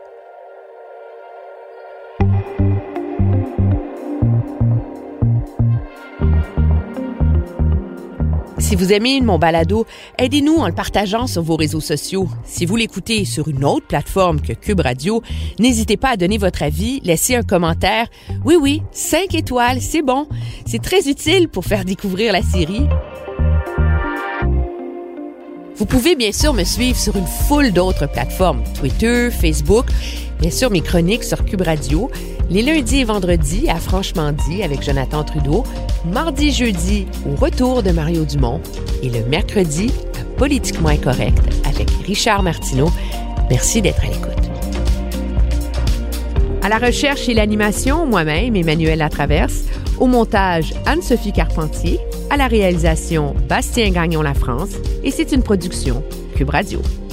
Si vous aimez mon balado, aidez-nous en le partageant sur vos réseaux sociaux. Si vous l'écoutez sur une autre plateforme que Cube Radio, n'hésitez pas à donner votre avis, laisser un commentaire. Oui, oui, cinq étoiles, c'est bon. C'est très utile pour faire découvrir la série. Vous pouvez bien sûr me suivre sur une foule d'autres plateformes, Twitter, Facebook, bien sûr mes chroniques sur Cube Radio, les lundis et vendredis à Franchement dit avec Jonathan Trudeau, mardi et jeudi au Retour de Mario Dumont et le mercredi à Politiquement Incorrect avec Richard Martineau. Merci d'être à l'écoute. À la recherche et l'animation, moi-même, Emmanuelle Latraverse. Au montage, Anne-Sophie Carpentier. À la réalisation, Bastien Gagnon La France. Et c'est une production Cube Radio.